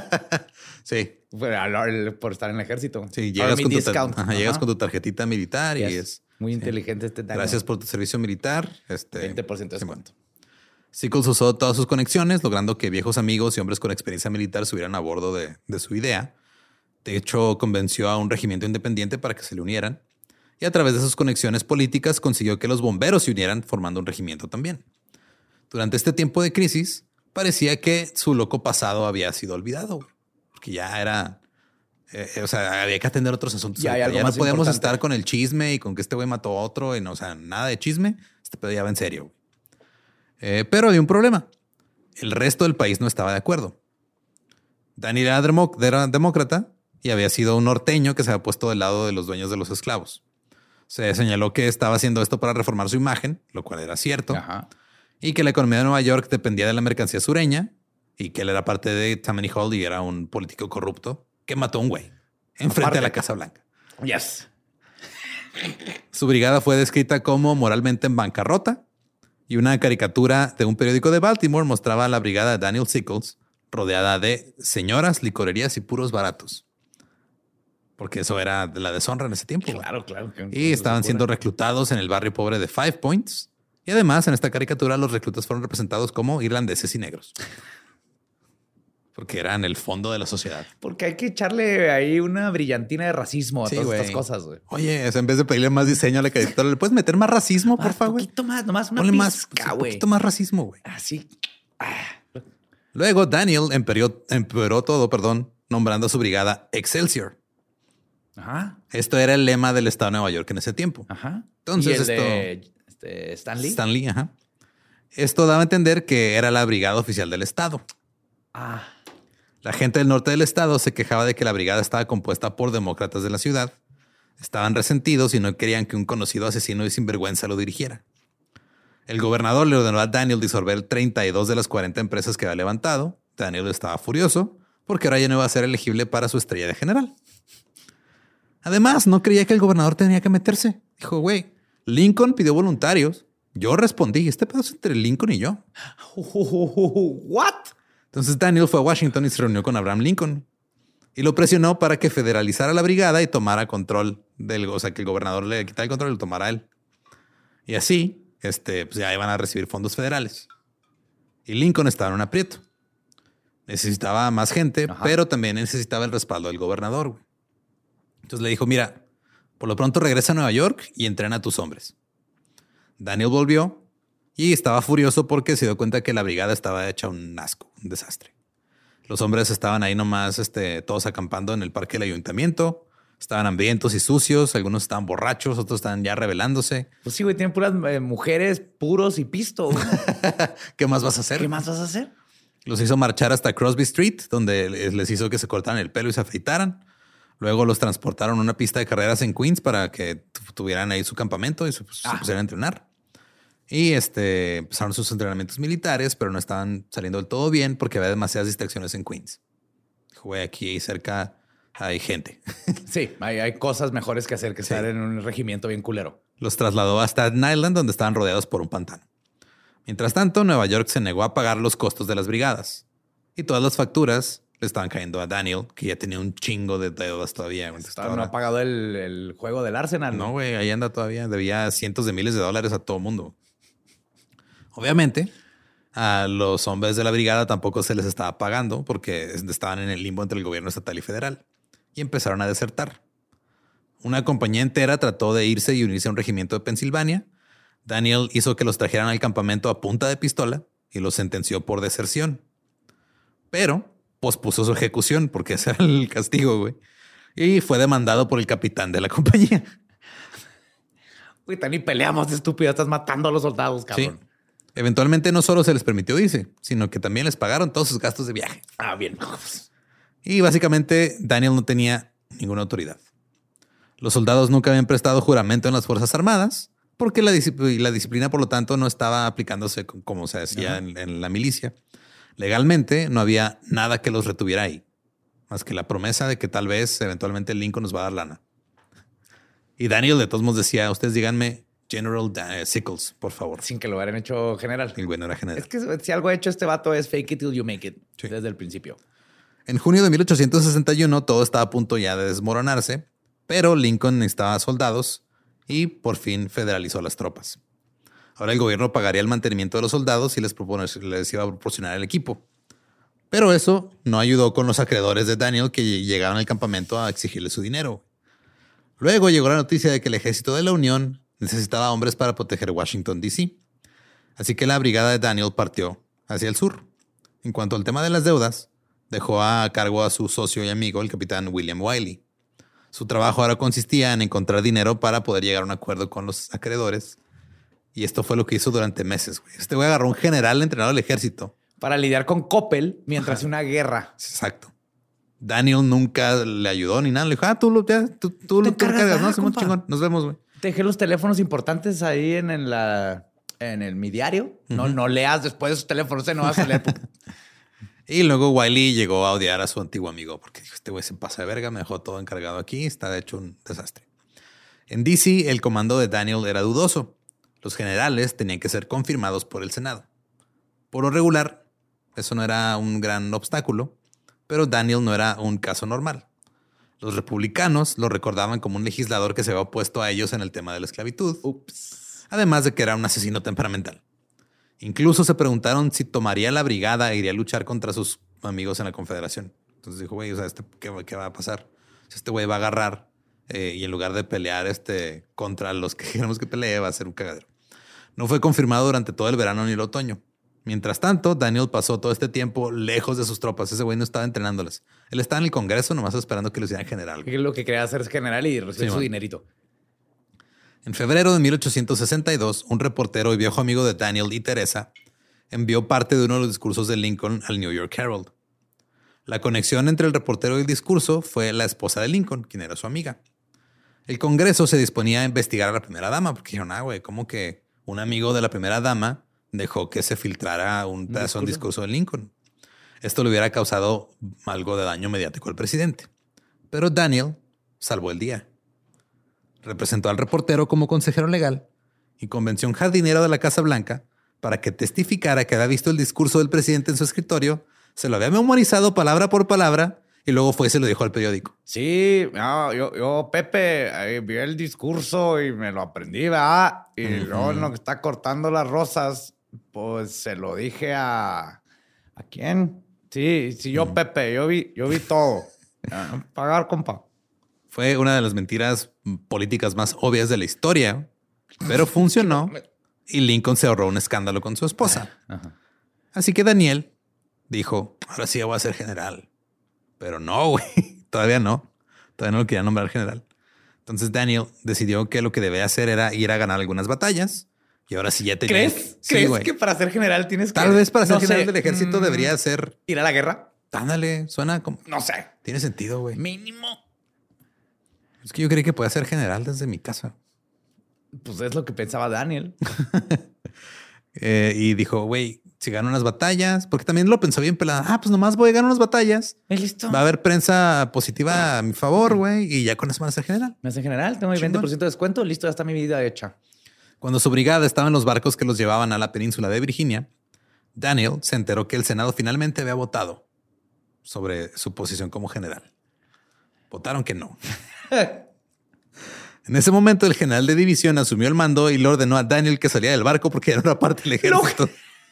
Sí. Por estar en el ejército. Sí, llegas con tu tarjetita militar y es... Muy inteligente este Daniel. Gracias por tu servicio militar. 20% de descuento. Sickles usó todas sus conexiones, logrando que viejos amigos y hombres con experiencia militar subieran a bordo de su idea. De hecho, convenció a un regimiento independiente para que se le unieran. Y a través de sus conexiones políticas consiguió que los bomberos se unieran formando un regimiento también. Durante este tiempo de crisis, parecía que su loco pasado había sido olvidado. Porque ya era... había que atender otros asuntos. Ya no podíamos estar con el chisme y con que este güey mató a otro. Y no, nada de chisme. Este pedo ya va en serio. Pero había un problema. El resto del país no estaba de acuerdo. Daniel era demócrata y había sido un norteño que se había puesto del lado de los dueños de los esclavos. Se señaló que estaba haciendo esto para reformar su imagen, lo cual era cierto. Y que la economía de Nueva York dependía de la mercancía sureña y que él era parte de Tammany Hall y era un político corrupto que mató a un güey enfrente de la Casa Blanca. Yes. Su brigada fue descrita como moralmente en bancarrota y una caricatura de un periódico de Baltimore mostraba a la brigada de Daniel Sickles rodeada de señoras, licorerías y puros baratos. Porque eso era de la deshonra en ese tiempo. Claro. Y estaban siendo reclutados en el barrio pobre de Five Points. Y además, en esta caricatura, los reclutas fueron representados como irlandeses y negros. Porque eran el fondo de la sociedad. Porque hay que echarle ahí una brillantina de racismo a todas estas cosas, güey. Oye, en vez de pedirle más diseño a la editora, ¿le puedes meter más racismo, por favor? Un poquito más, nomás una Ponle pizca, un güey. poquito más racismo, güey. Así. Luego Daniel empeoró todo, nombrando a su brigada Excelsior. Ajá. Esto era el lema del estado de Nueva York en ese tiempo. Ajá. Entonces ¿Y el de Stanley? Stanley, ajá. Esto daba a entender que era la brigada oficial del estado. Ah. La gente del norte del estado se quejaba de que la brigada estaba compuesta por demócratas de la ciudad. Estaban resentidos y no querían que un conocido asesino y sinvergüenza lo dirigiera. El gobernador le ordenó a Daniel disolver 32 de las 40 empresas que había levantado. Daniel estaba furioso porque ahora ya no iba a ser elegible para su estrella de general. Además, no creía que el gobernador tenía que meterse. Dijo, güey, Lincoln pidió voluntarios. Yo respondí, este pedo es entre Lincoln y yo. ¿What? Entonces Daniel fue a Washington y se reunió con Abraham Lincoln y lo presionó para que federalizara la brigada y tomara control o sea, que el gobernador le quitara el control y lo tomara él. Y así, pues ya iban a recibir fondos federales. Y Lincoln estaba en un aprieto. Necesitaba más gente, pero también necesitaba el respaldo del gobernador, güey. Entonces le dijo, mira, por lo pronto regresa a Nueva York y entrena a tus hombres. Daniel volvió y estaba furioso porque se dio cuenta que la brigada estaba hecha un asco, un desastre. Los hombres estaban ahí nomás, todos acampando en el parque del ayuntamiento. Estaban hambrientos y sucios. Algunos estaban borrachos, otros estaban ya rebelándose. Pues sí, güey, tienen puras mujeres, puros y pisto. ¿Qué más vas a hacer? ¿Qué más vas a hacer? Los hizo marchar hasta Crosby Street, donde les hizo que se cortaran el pelo y se afeitaran. Luego los transportaron a una pista de carreras en Queens para que tuvieran ahí su campamento y se pusieran a entrenar. Y empezaron sus entrenamientos militares, pero no estaban saliendo del todo bien porque había demasiadas distracciones en Queens. Dijo, güey, aquí cerca hay gente. Sí, hay cosas mejores que hacer que estar en un regimiento bien culero. Los trasladó a Staten Island, donde estaban rodeados por un pantano. Mientras tanto, Nueva York se negó a pagar los costos de las brigadas. Y todas las facturas le estaban cayendo a Daniel, que ya tenía un chingo de deudas todavía. No ha pagado el juego del Arsenal. No, güey, ahí anda todavía. Debía cientos de miles de dólares a todo mundo. Obviamente, a los hombres de la brigada tampoco se les estaba pagando porque estaban en el limbo entre el gobierno estatal y federal y empezaron a desertar. Una compañía entera trató de irse y unirse a un regimiento de Pensilvania. Daniel hizo que los trajeran al campamento a punta de pistola y los sentenció por deserción. Pero pospuso su ejecución porque ese era el castigo, güey. Y fue demandado por el capitán de la compañía. Güey, ni peleamos, estúpido. Estás matando a los soldados, cabrón. Sí. Eventualmente no solo se les permitió irse, sino que también les pagaron todos sus gastos de viaje. Ah, bien. Y básicamente Daniel no tenía ninguna autoridad. Los soldados nunca habían prestado juramento en las Fuerzas Armadas porque la disciplina, por lo tanto, no estaba aplicándose como se hacía en la milicia. Legalmente no había nada que los retuviera ahí, más que la promesa de que tal vez eventualmente Lincoln nos va a dar lana. Y Daniel de todos modos decía, ustedes díganme General Sickles, por favor. Sin que lo hubieran hecho general. El güey no era general. Es que si algo ha hecho este vato es fake it till you make it. Sí. Desde el principio. En junio de 1861 todo estaba a punto ya de desmoronarse, pero Lincoln necesitaba soldados y por fin federalizó las tropas. Ahora el gobierno pagaría el mantenimiento de los soldados y les iba a proporcionar el equipo. Pero eso no ayudó con los acreedores de Daniel que llegaron al campamento a exigirle su dinero. Luego llegó la noticia de que el ejército de la Unión necesitaba hombres para proteger Washington, D.C. Así que la brigada de Daniel partió hacia el sur. En cuanto al tema de las deudas, dejó a cargo a su socio y amigo, el capitán William Wiley. Su trabajo ahora consistía en encontrar dinero para poder llegar a un acuerdo con los acreedores. Y esto fue lo que hizo durante meses, güey. Este güey agarró un general entrenado del ejército. Para lidiar con Coppel mientras una guerra. Exacto. Daniel nunca le ayudó ni nada. Le dijo, tú lo cargas, ¿no? Hacemos chingón. Nos vemos, güey. Te dejé los teléfonos importantes ahí en mi diario. No leas después de esos teléfonos, no vas a leer. Y luego Wiley llegó a odiar a su antiguo amigo porque dijo, este güey se pasa de verga, me dejó todo encargado aquí, está hecho un desastre. En D.C., el comando de Daniel era dudoso. Los generales tenían que ser confirmados por el Senado. Por lo regular, eso no era un gran obstáculo, pero Daniel no era un caso normal. Los republicanos lo recordaban como un legislador que se había opuesto a ellos en el tema de la esclavitud. Además de que era un asesino temperamental. Incluso se preguntaron si tomaría la brigada e iría a luchar contra sus amigos en la Confederación. Entonces dijo, güey, o sea, ¿qué va a pasar? Este güey va a agarrar y en lugar de pelear contra los que queremos que pelee, va a ser un cagadero. No fue confirmado durante todo el verano ni el otoño. Mientras tanto, Daniel pasó todo este tiempo lejos de sus tropas. Ese güey no estaba entrenándolas. Él estaba en el Congreso nomás esperando que lo hicieran general. Lo que quería hacer es general y recibir su dinerito. En febrero de 1862, un reportero y viejo amigo de Daniel y Teresa envió parte de uno de los discursos de Lincoln al New York Herald. La conexión entre el reportero y el discurso fue la esposa de Lincoln, quien era su amiga. El Congreso se disponía a investigar a la primera dama porque dijeron, güey, ¿cómo que un amigo de la primera dama dejó que se filtrara un pedazo del discurso de Lincoln? Esto le hubiera causado algo de daño mediático al presidente. Pero Daniel salvó el día. Representó al reportero como consejero legal y convenció a un jardinero de la Casa Blanca para que testificara que había visto el discurso del presidente en su escritorio, se lo había memorizado palabra por palabra y luego fue y se lo dijo al periódico. Sí, yo Pepe, vi el discurso y me lo aprendí, ¿verdad? Y luego en lo que está cortando las rosas, pues se lo dije ¿a quién? Sí, yo Pepe, yo vi todo. Pagar, compa. Fue una de las mentiras políticas más obvias de la historia, pero funcionó y Lincoln se ahorró un escándalo con su esposa. Así que Daniel dijo, ahora sí voy a ser general. Pero no, güey, todavía no. Todavía no lo quería nombrar general. Entonces Daniel decidió que lo que debía hacer era ir a ganar algunas batallas. Y ahora sí ya tenía... ¿Crees que para ser general tienes que... Tal vez para ser general del ejército debería ser... ¿Ir a la guerra? Ándale, suena como... No sé. Tiene sentido, güey. Mínimo. Es que yo creí que podía ser general desde mi casa. Pues es lo que pensaba Daniel. Y dijo, güey, si gano unas batallas, porque también lo pensó bien pelada. Pues nomás voy a ganar unas batallas. ¿Y listo? Va a haber prensa positiva a mi favor, güey. Y ya con eso van a ser general. Me hace general, tengo mi 20% de descuento. Listo, ya está mi vida hecha. Cuando su brigada estaba en los barcos que los llevaban a la península de Virginia, Daniel se enteró que el Senado finalmente había votado sobre su posición como general. Votaron que no. En ese momento, el general de división asumió el mando y le ordenó a Daniel que saliera del barco porque era una parte del ejército.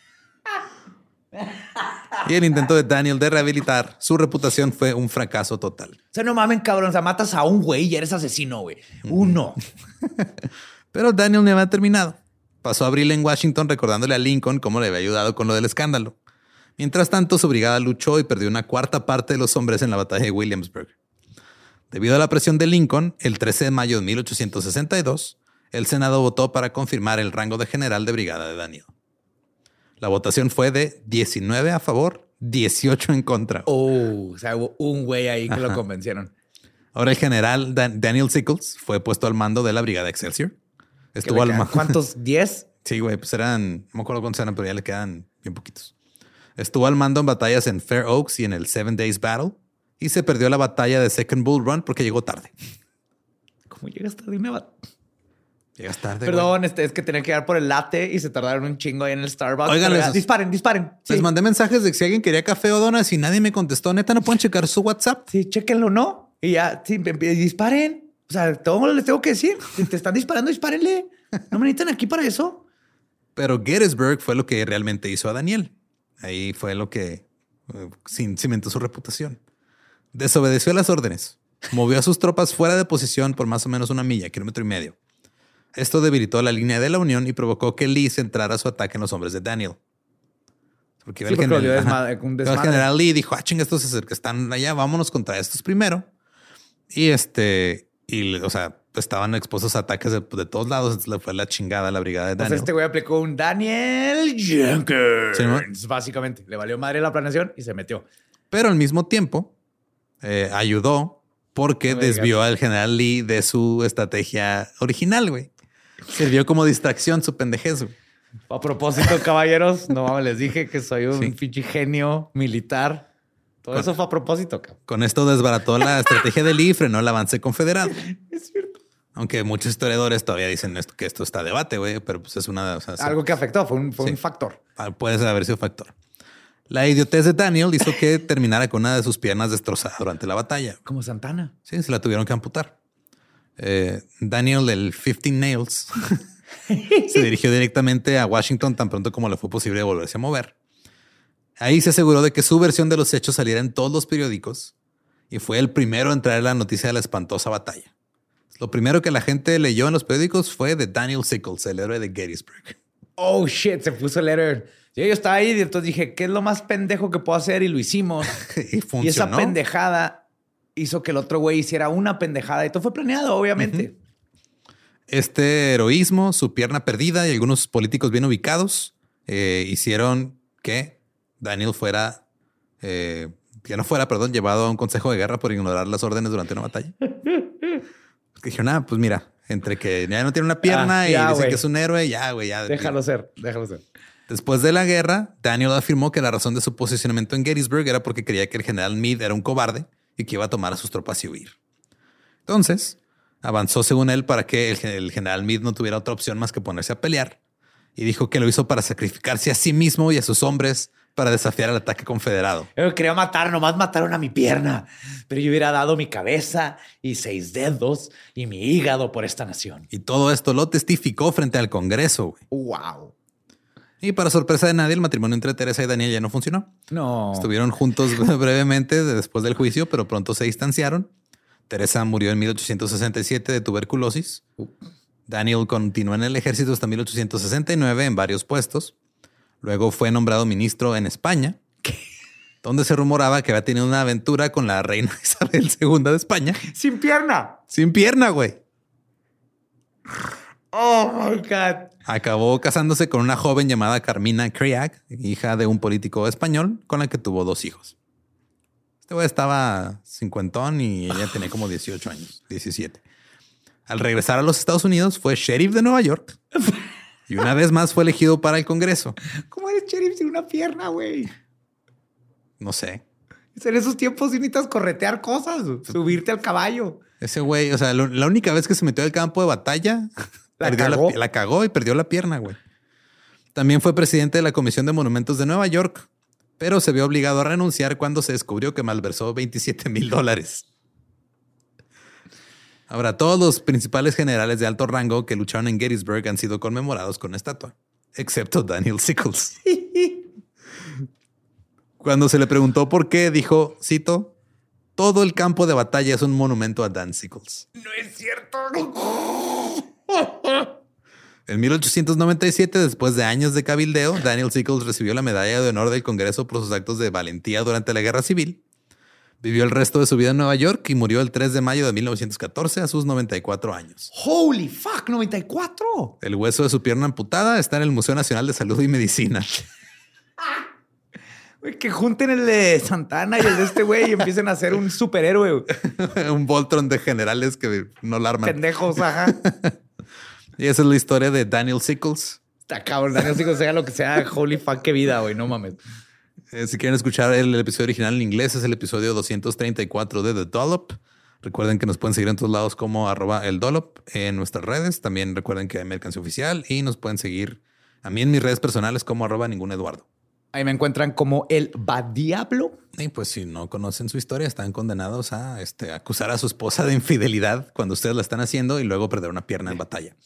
Y el intento de Daniel de rehabilitar su reputación fue un fracaso total. O sea, no mamen, cabrón. O sea, matas a un güey y eres asesino, güey. Uno. Pero Daniel no había terminado. Pasó abril en Washington recordándole a Lincoln cómo le había ayudado con lo del escándalo. Mientras tanto, su brigada luchó y perdió una cuarta parte de los hombres en la batalla de Williamsburg. Debido a la presión de Lincoln, el 13 de mayo de 1862, el Senado votó para confirmar el rango de general de brigada de Daniel. La votación fue de 19 a favor, 18 en contra. O sea, hubo un güey ahí que lo convencieron. Ahora el general Daniel Sickles fue puesto al mando de la brigada Excelsior. Estuvo al mando. ¿Cuántos? ¿10? Sí, güey, pues eran, no me acuerdo cuántos eran, pero ya le quedan bien poquitos. Estuvo al mando en batallas en Fair Oaks y en el Seven Days Battle. Y se perdió la batalla de Second Bull Run porque llegó tarde. ¿Cómo llegas tarde? Llegas tarde. Perdón, es que tenía que llegar por el latte y se tardaron un chingo ahí en el Starbucks. Oigan, disparen. Les mandé mensajes de que si alguien quería café o donas y nadie me contestó. Neta, no pueden checar su WhatsApp. Sí, chéquenlo, ¿no? Y ya, sí, disparen. O sea, todo les tengo que decir. Si te están disparando, dispárenle. No me necesitan aquí para eso. Pero Gettysburg fue lo que realmente hizo a Daniel. Ahí fue lo que cimentó su reputación. Desobedeció las órdenes. Movió a sus tropas fuera de posición por más o menos 1 milla, 1,5 kilómetros. Esto debilitó la línea de la Unión y provocó que Lee centrara su ataque en los hombres de Daniel. Porque el general Lee dijo, chinga, estos están allá, vámonos contra estos primero. Y o sea, estaban expuestos a ataques de todos lados. Entonces le fue la chingada a la brigada de Daniel. Pues este güey aplicó un Daniel Jenkins. ¿Sí, no? Básicamente, le valió madre la planeación y se metió. Pero al mismo tiempo ayudó porque desvió al general Lee de su estrategia original, güey. Sirvió como distracción su pendejez, güey. A propósito, caballeros, no les dije que soy un pinche genio militar. Todo eso fue a propósito, cabrón. Con esto desbarató la estrategia de Lee y frenó el avance confederado. Es cierto. Aunque muchos historiadores todavía dicen que esto está a debate, güey, pero pues es una... O sea, algo que afectó, fue un factor. Puede haber sido factor. La idiotez de Daniel hizo que terminara con una de sus piernas destrozada durante la batalla. Como Santana. Sí, se la tuvieron que amputar. Daniel, el 15 Nails, se dirigió directamente a Washington tan pronto como le fue posible volverse a mover. Ahí se aseguró de que su versión de los hechos saliera en todos los periódicos y fue el primero en traer la noticia de la espantosa batalla. Lo primero que la gente leyó en los periódicos fue de Daniel Sickles, el héroe de Gettysburg. Oh, shit, se puso el héroe. Yo estaba ahí y entonces dije, ¿qué es lo más pendejo que puedo hacer? Y lo hicimos. Y funcionó. Y esa pendejada hizo que el otro güey hiciera una pendejada. Y todo fue planeado, obviamente. Este heroísmo, su pierna perdida y algunos políticos bien ubicados hicieron que Daniel fuera, llevado a un consejo de guerra por ignorar las órdenes durante una batalla. Porque dijeron, pues mira, entre que ya no tiene una pierna y dicen que es un héroe, ya. Déjalo ser. Después de la guerra, Daniel afirmó que la razón de su posicionamiento en Gettysburg era porque creía que el general Meade era un cobarde y que iba a tomar a sus tropas y huir. Entonces, avanzó según él para que el general Meade no tuviera otra opción más que ponerse a pelear y dijo que lo hizo para sacrificarse a sí mismo y a sus hombres para desafiar el ataque confederado. Yo quería matar, nomás mataron a mi pierna, pero yo hubiera dado mi cabeza y 6 dedos y mi hígado por esta nación. Y todo esto lo testificó frente al Congreso. Wow. Y para sorpresa de nadie, el matrimonio entre Teresa y Daniel ya no funcionó. No. Estuvieron juntos brevemente después del juicio, pero pronto se distanciaron. Teresa murió en 1867 de tuberculosis. Daniel continuó en el ejército hasta 1869 en varios puestos. Luego fue nombrado ministro en España, donde se rumoraba que había tenido una aventura con la reina Isabel II de España. Sin pierna. Sin pierna, güey. Oh, my God. Acabó casándose con una joven llamada Carmina Criag, hija de un político español, con la que tuvo 2 hijos. Este güey estaba cincuentón y ella tenía como 18 años, 17. Al regresar a los Estados Unidos, fue sheriff de Nueva York y una vez más fue elegido para el Congreso. ¿Cómo eres sheriff sin una pierna, güey? No sé. En esos tiempos sí necesitas corretear cosas, subirte al caballo. Ese güey, o sea, la única vez que se metió al campo de batalla, la cagó y perdió la pierna, güey. También fue presidente de la Comisión de Monumentos de Nueva York, pero se vio obligado a renunciar cuando se descubrió que malversó $27,000. Ahora, todos los principales generales de alto rango que lucharon en Gettysburg han sido conmemorados con una estatua, excepto Daniel Sickles. Cuando se le preguntó por qué, dijo, cito, todo el campo de batalla es un monumento a Dan Sickles. No es cierto. En 1897, después de años de cabildeo, Daniel Sickles recibió la Medalla de Honor del Congreso por sus actos de valentía durante la Guerra Civil. Vivió el resto de su vida en Nueva York y murió el 3 de mayo de 1914 a sus 94 años. ¡Holy fuck! ¡94! El hueso de su pierna amputada está en el Museo Nacional de Salud y Medicina. Que junten el de Santana y el de este güey y empiecen a hacer un superhéroe. Un Voltron de generales que no la arman. Pendejos, ajá. Y esa es la historia de Daniel Sickles. Está cabrón. Daniel Sickles, sea lo que sea, holy fuck, qué vida, güey. No mames. Si quieren escuchar el episodio original en inglés, es el episodio 234 de The Dollop. Recuerden que nos pueden seguir en todos lados como @eldollop en nuestras redes. También recuerden que hay mercancía oficial y nos pueden seguir a mí en mis redes personales como @ninguneduardo. Ahí me encuentran como el Badiablo. Y pues si no conocen su historia, están condenados a acusar a su esposa de infidelidad cuando ustedes la están haciendo y luego perder una pierna en batalla.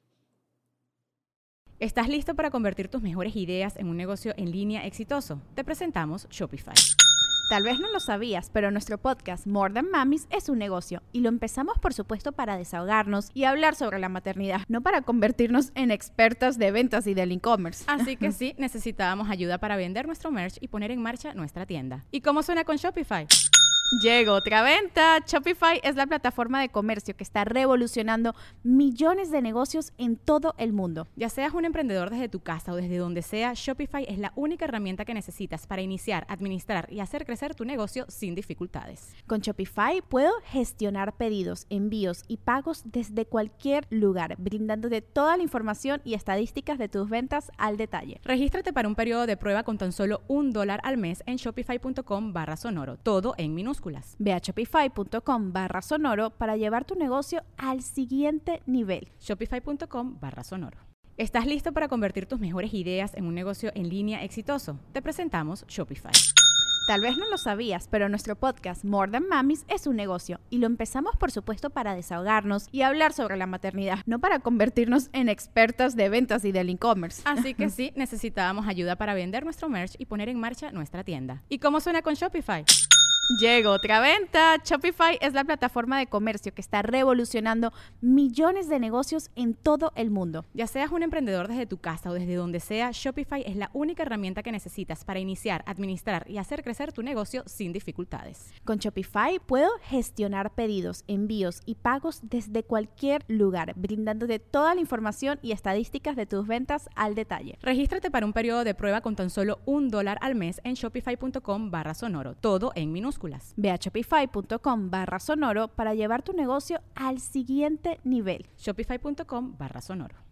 ¿Estás listo para convertir tus mejores ideas en un negocio en línea exitoso? Te presentamos Shopify. Tal vez no lo sabías, pero nuestro podcast More Than Mamis es un negocio y lo empezamos por supuesto para desahogarnos y hablar sobre la maternidad, no para convertirnos en expertas de ventas y del e-commerce. Así que sí, necesitábamos ayuda para vender nuestro merch y poner en marcha nuestra tienda. ¿Y cómo suena con Shopify? Llegó otra venta. Shopify es la plataforma de comercio que está revolucionando millones de negocios en todo el mundo. Ya seas un emprendedor desde tu casa o desde donde sea, Shopify es la única herramienta que necesitas para iniciar, administrar y hacer crecer tu negocio sin dificultades. Con Shopify puedo gestionar pedidos, envíos y pagos desde cualquier lugar, brindándote toda la información y estadísticas de tus ventas al detalle. Regístrate para un periodo de prueba con tan solo $1 al mes en shopify.com/sonoro, todo en minúsculas. Ve a shopify.com/sonoro para llevar tu negocio al siguiente nivel. Shopify.com/sonoro. ¿Estás listo para convertir tus mejores ideas en un negocio en línea exitoso? Te presentamos Shopify. Tal vez no lo sabías, pero nuestro podcast More Than Mamis es un negocio y lo empezamos por supuesto para desahogarnos y hablar sobre la maternidad, no para convertirnos en expertas de ventas y del e-commerce. Así que sí, necesitábamos ayuda para vender nuestro merch y poner en marcha nuestra tienda. ¿Y cómo suena con Shopify? Llegó otra venta. Shopify es la plataforma de comercio que está revolucionando millones de negocios en todo el mundo. Ya seas un emprendedor desde tu casa o desde donde sea, Shopify es la única herramienta que necesitas para iniciar, administrar y hacer crecer tu negocio sin dificultades. Con Shopify puedo gestionar pedidos, envíos y pagos desde cualquier lugar, brindándote toda la información y estadísticas de tus ventas al detalle. Regístrate para un periodo de prueba con tan solo $1 al mes en shopify.com/sonoro, todo en minúsculas. Ve a shopify.com/sonoro para llevar tu negocio al siguiente nivel. Shopify.com/sonoro.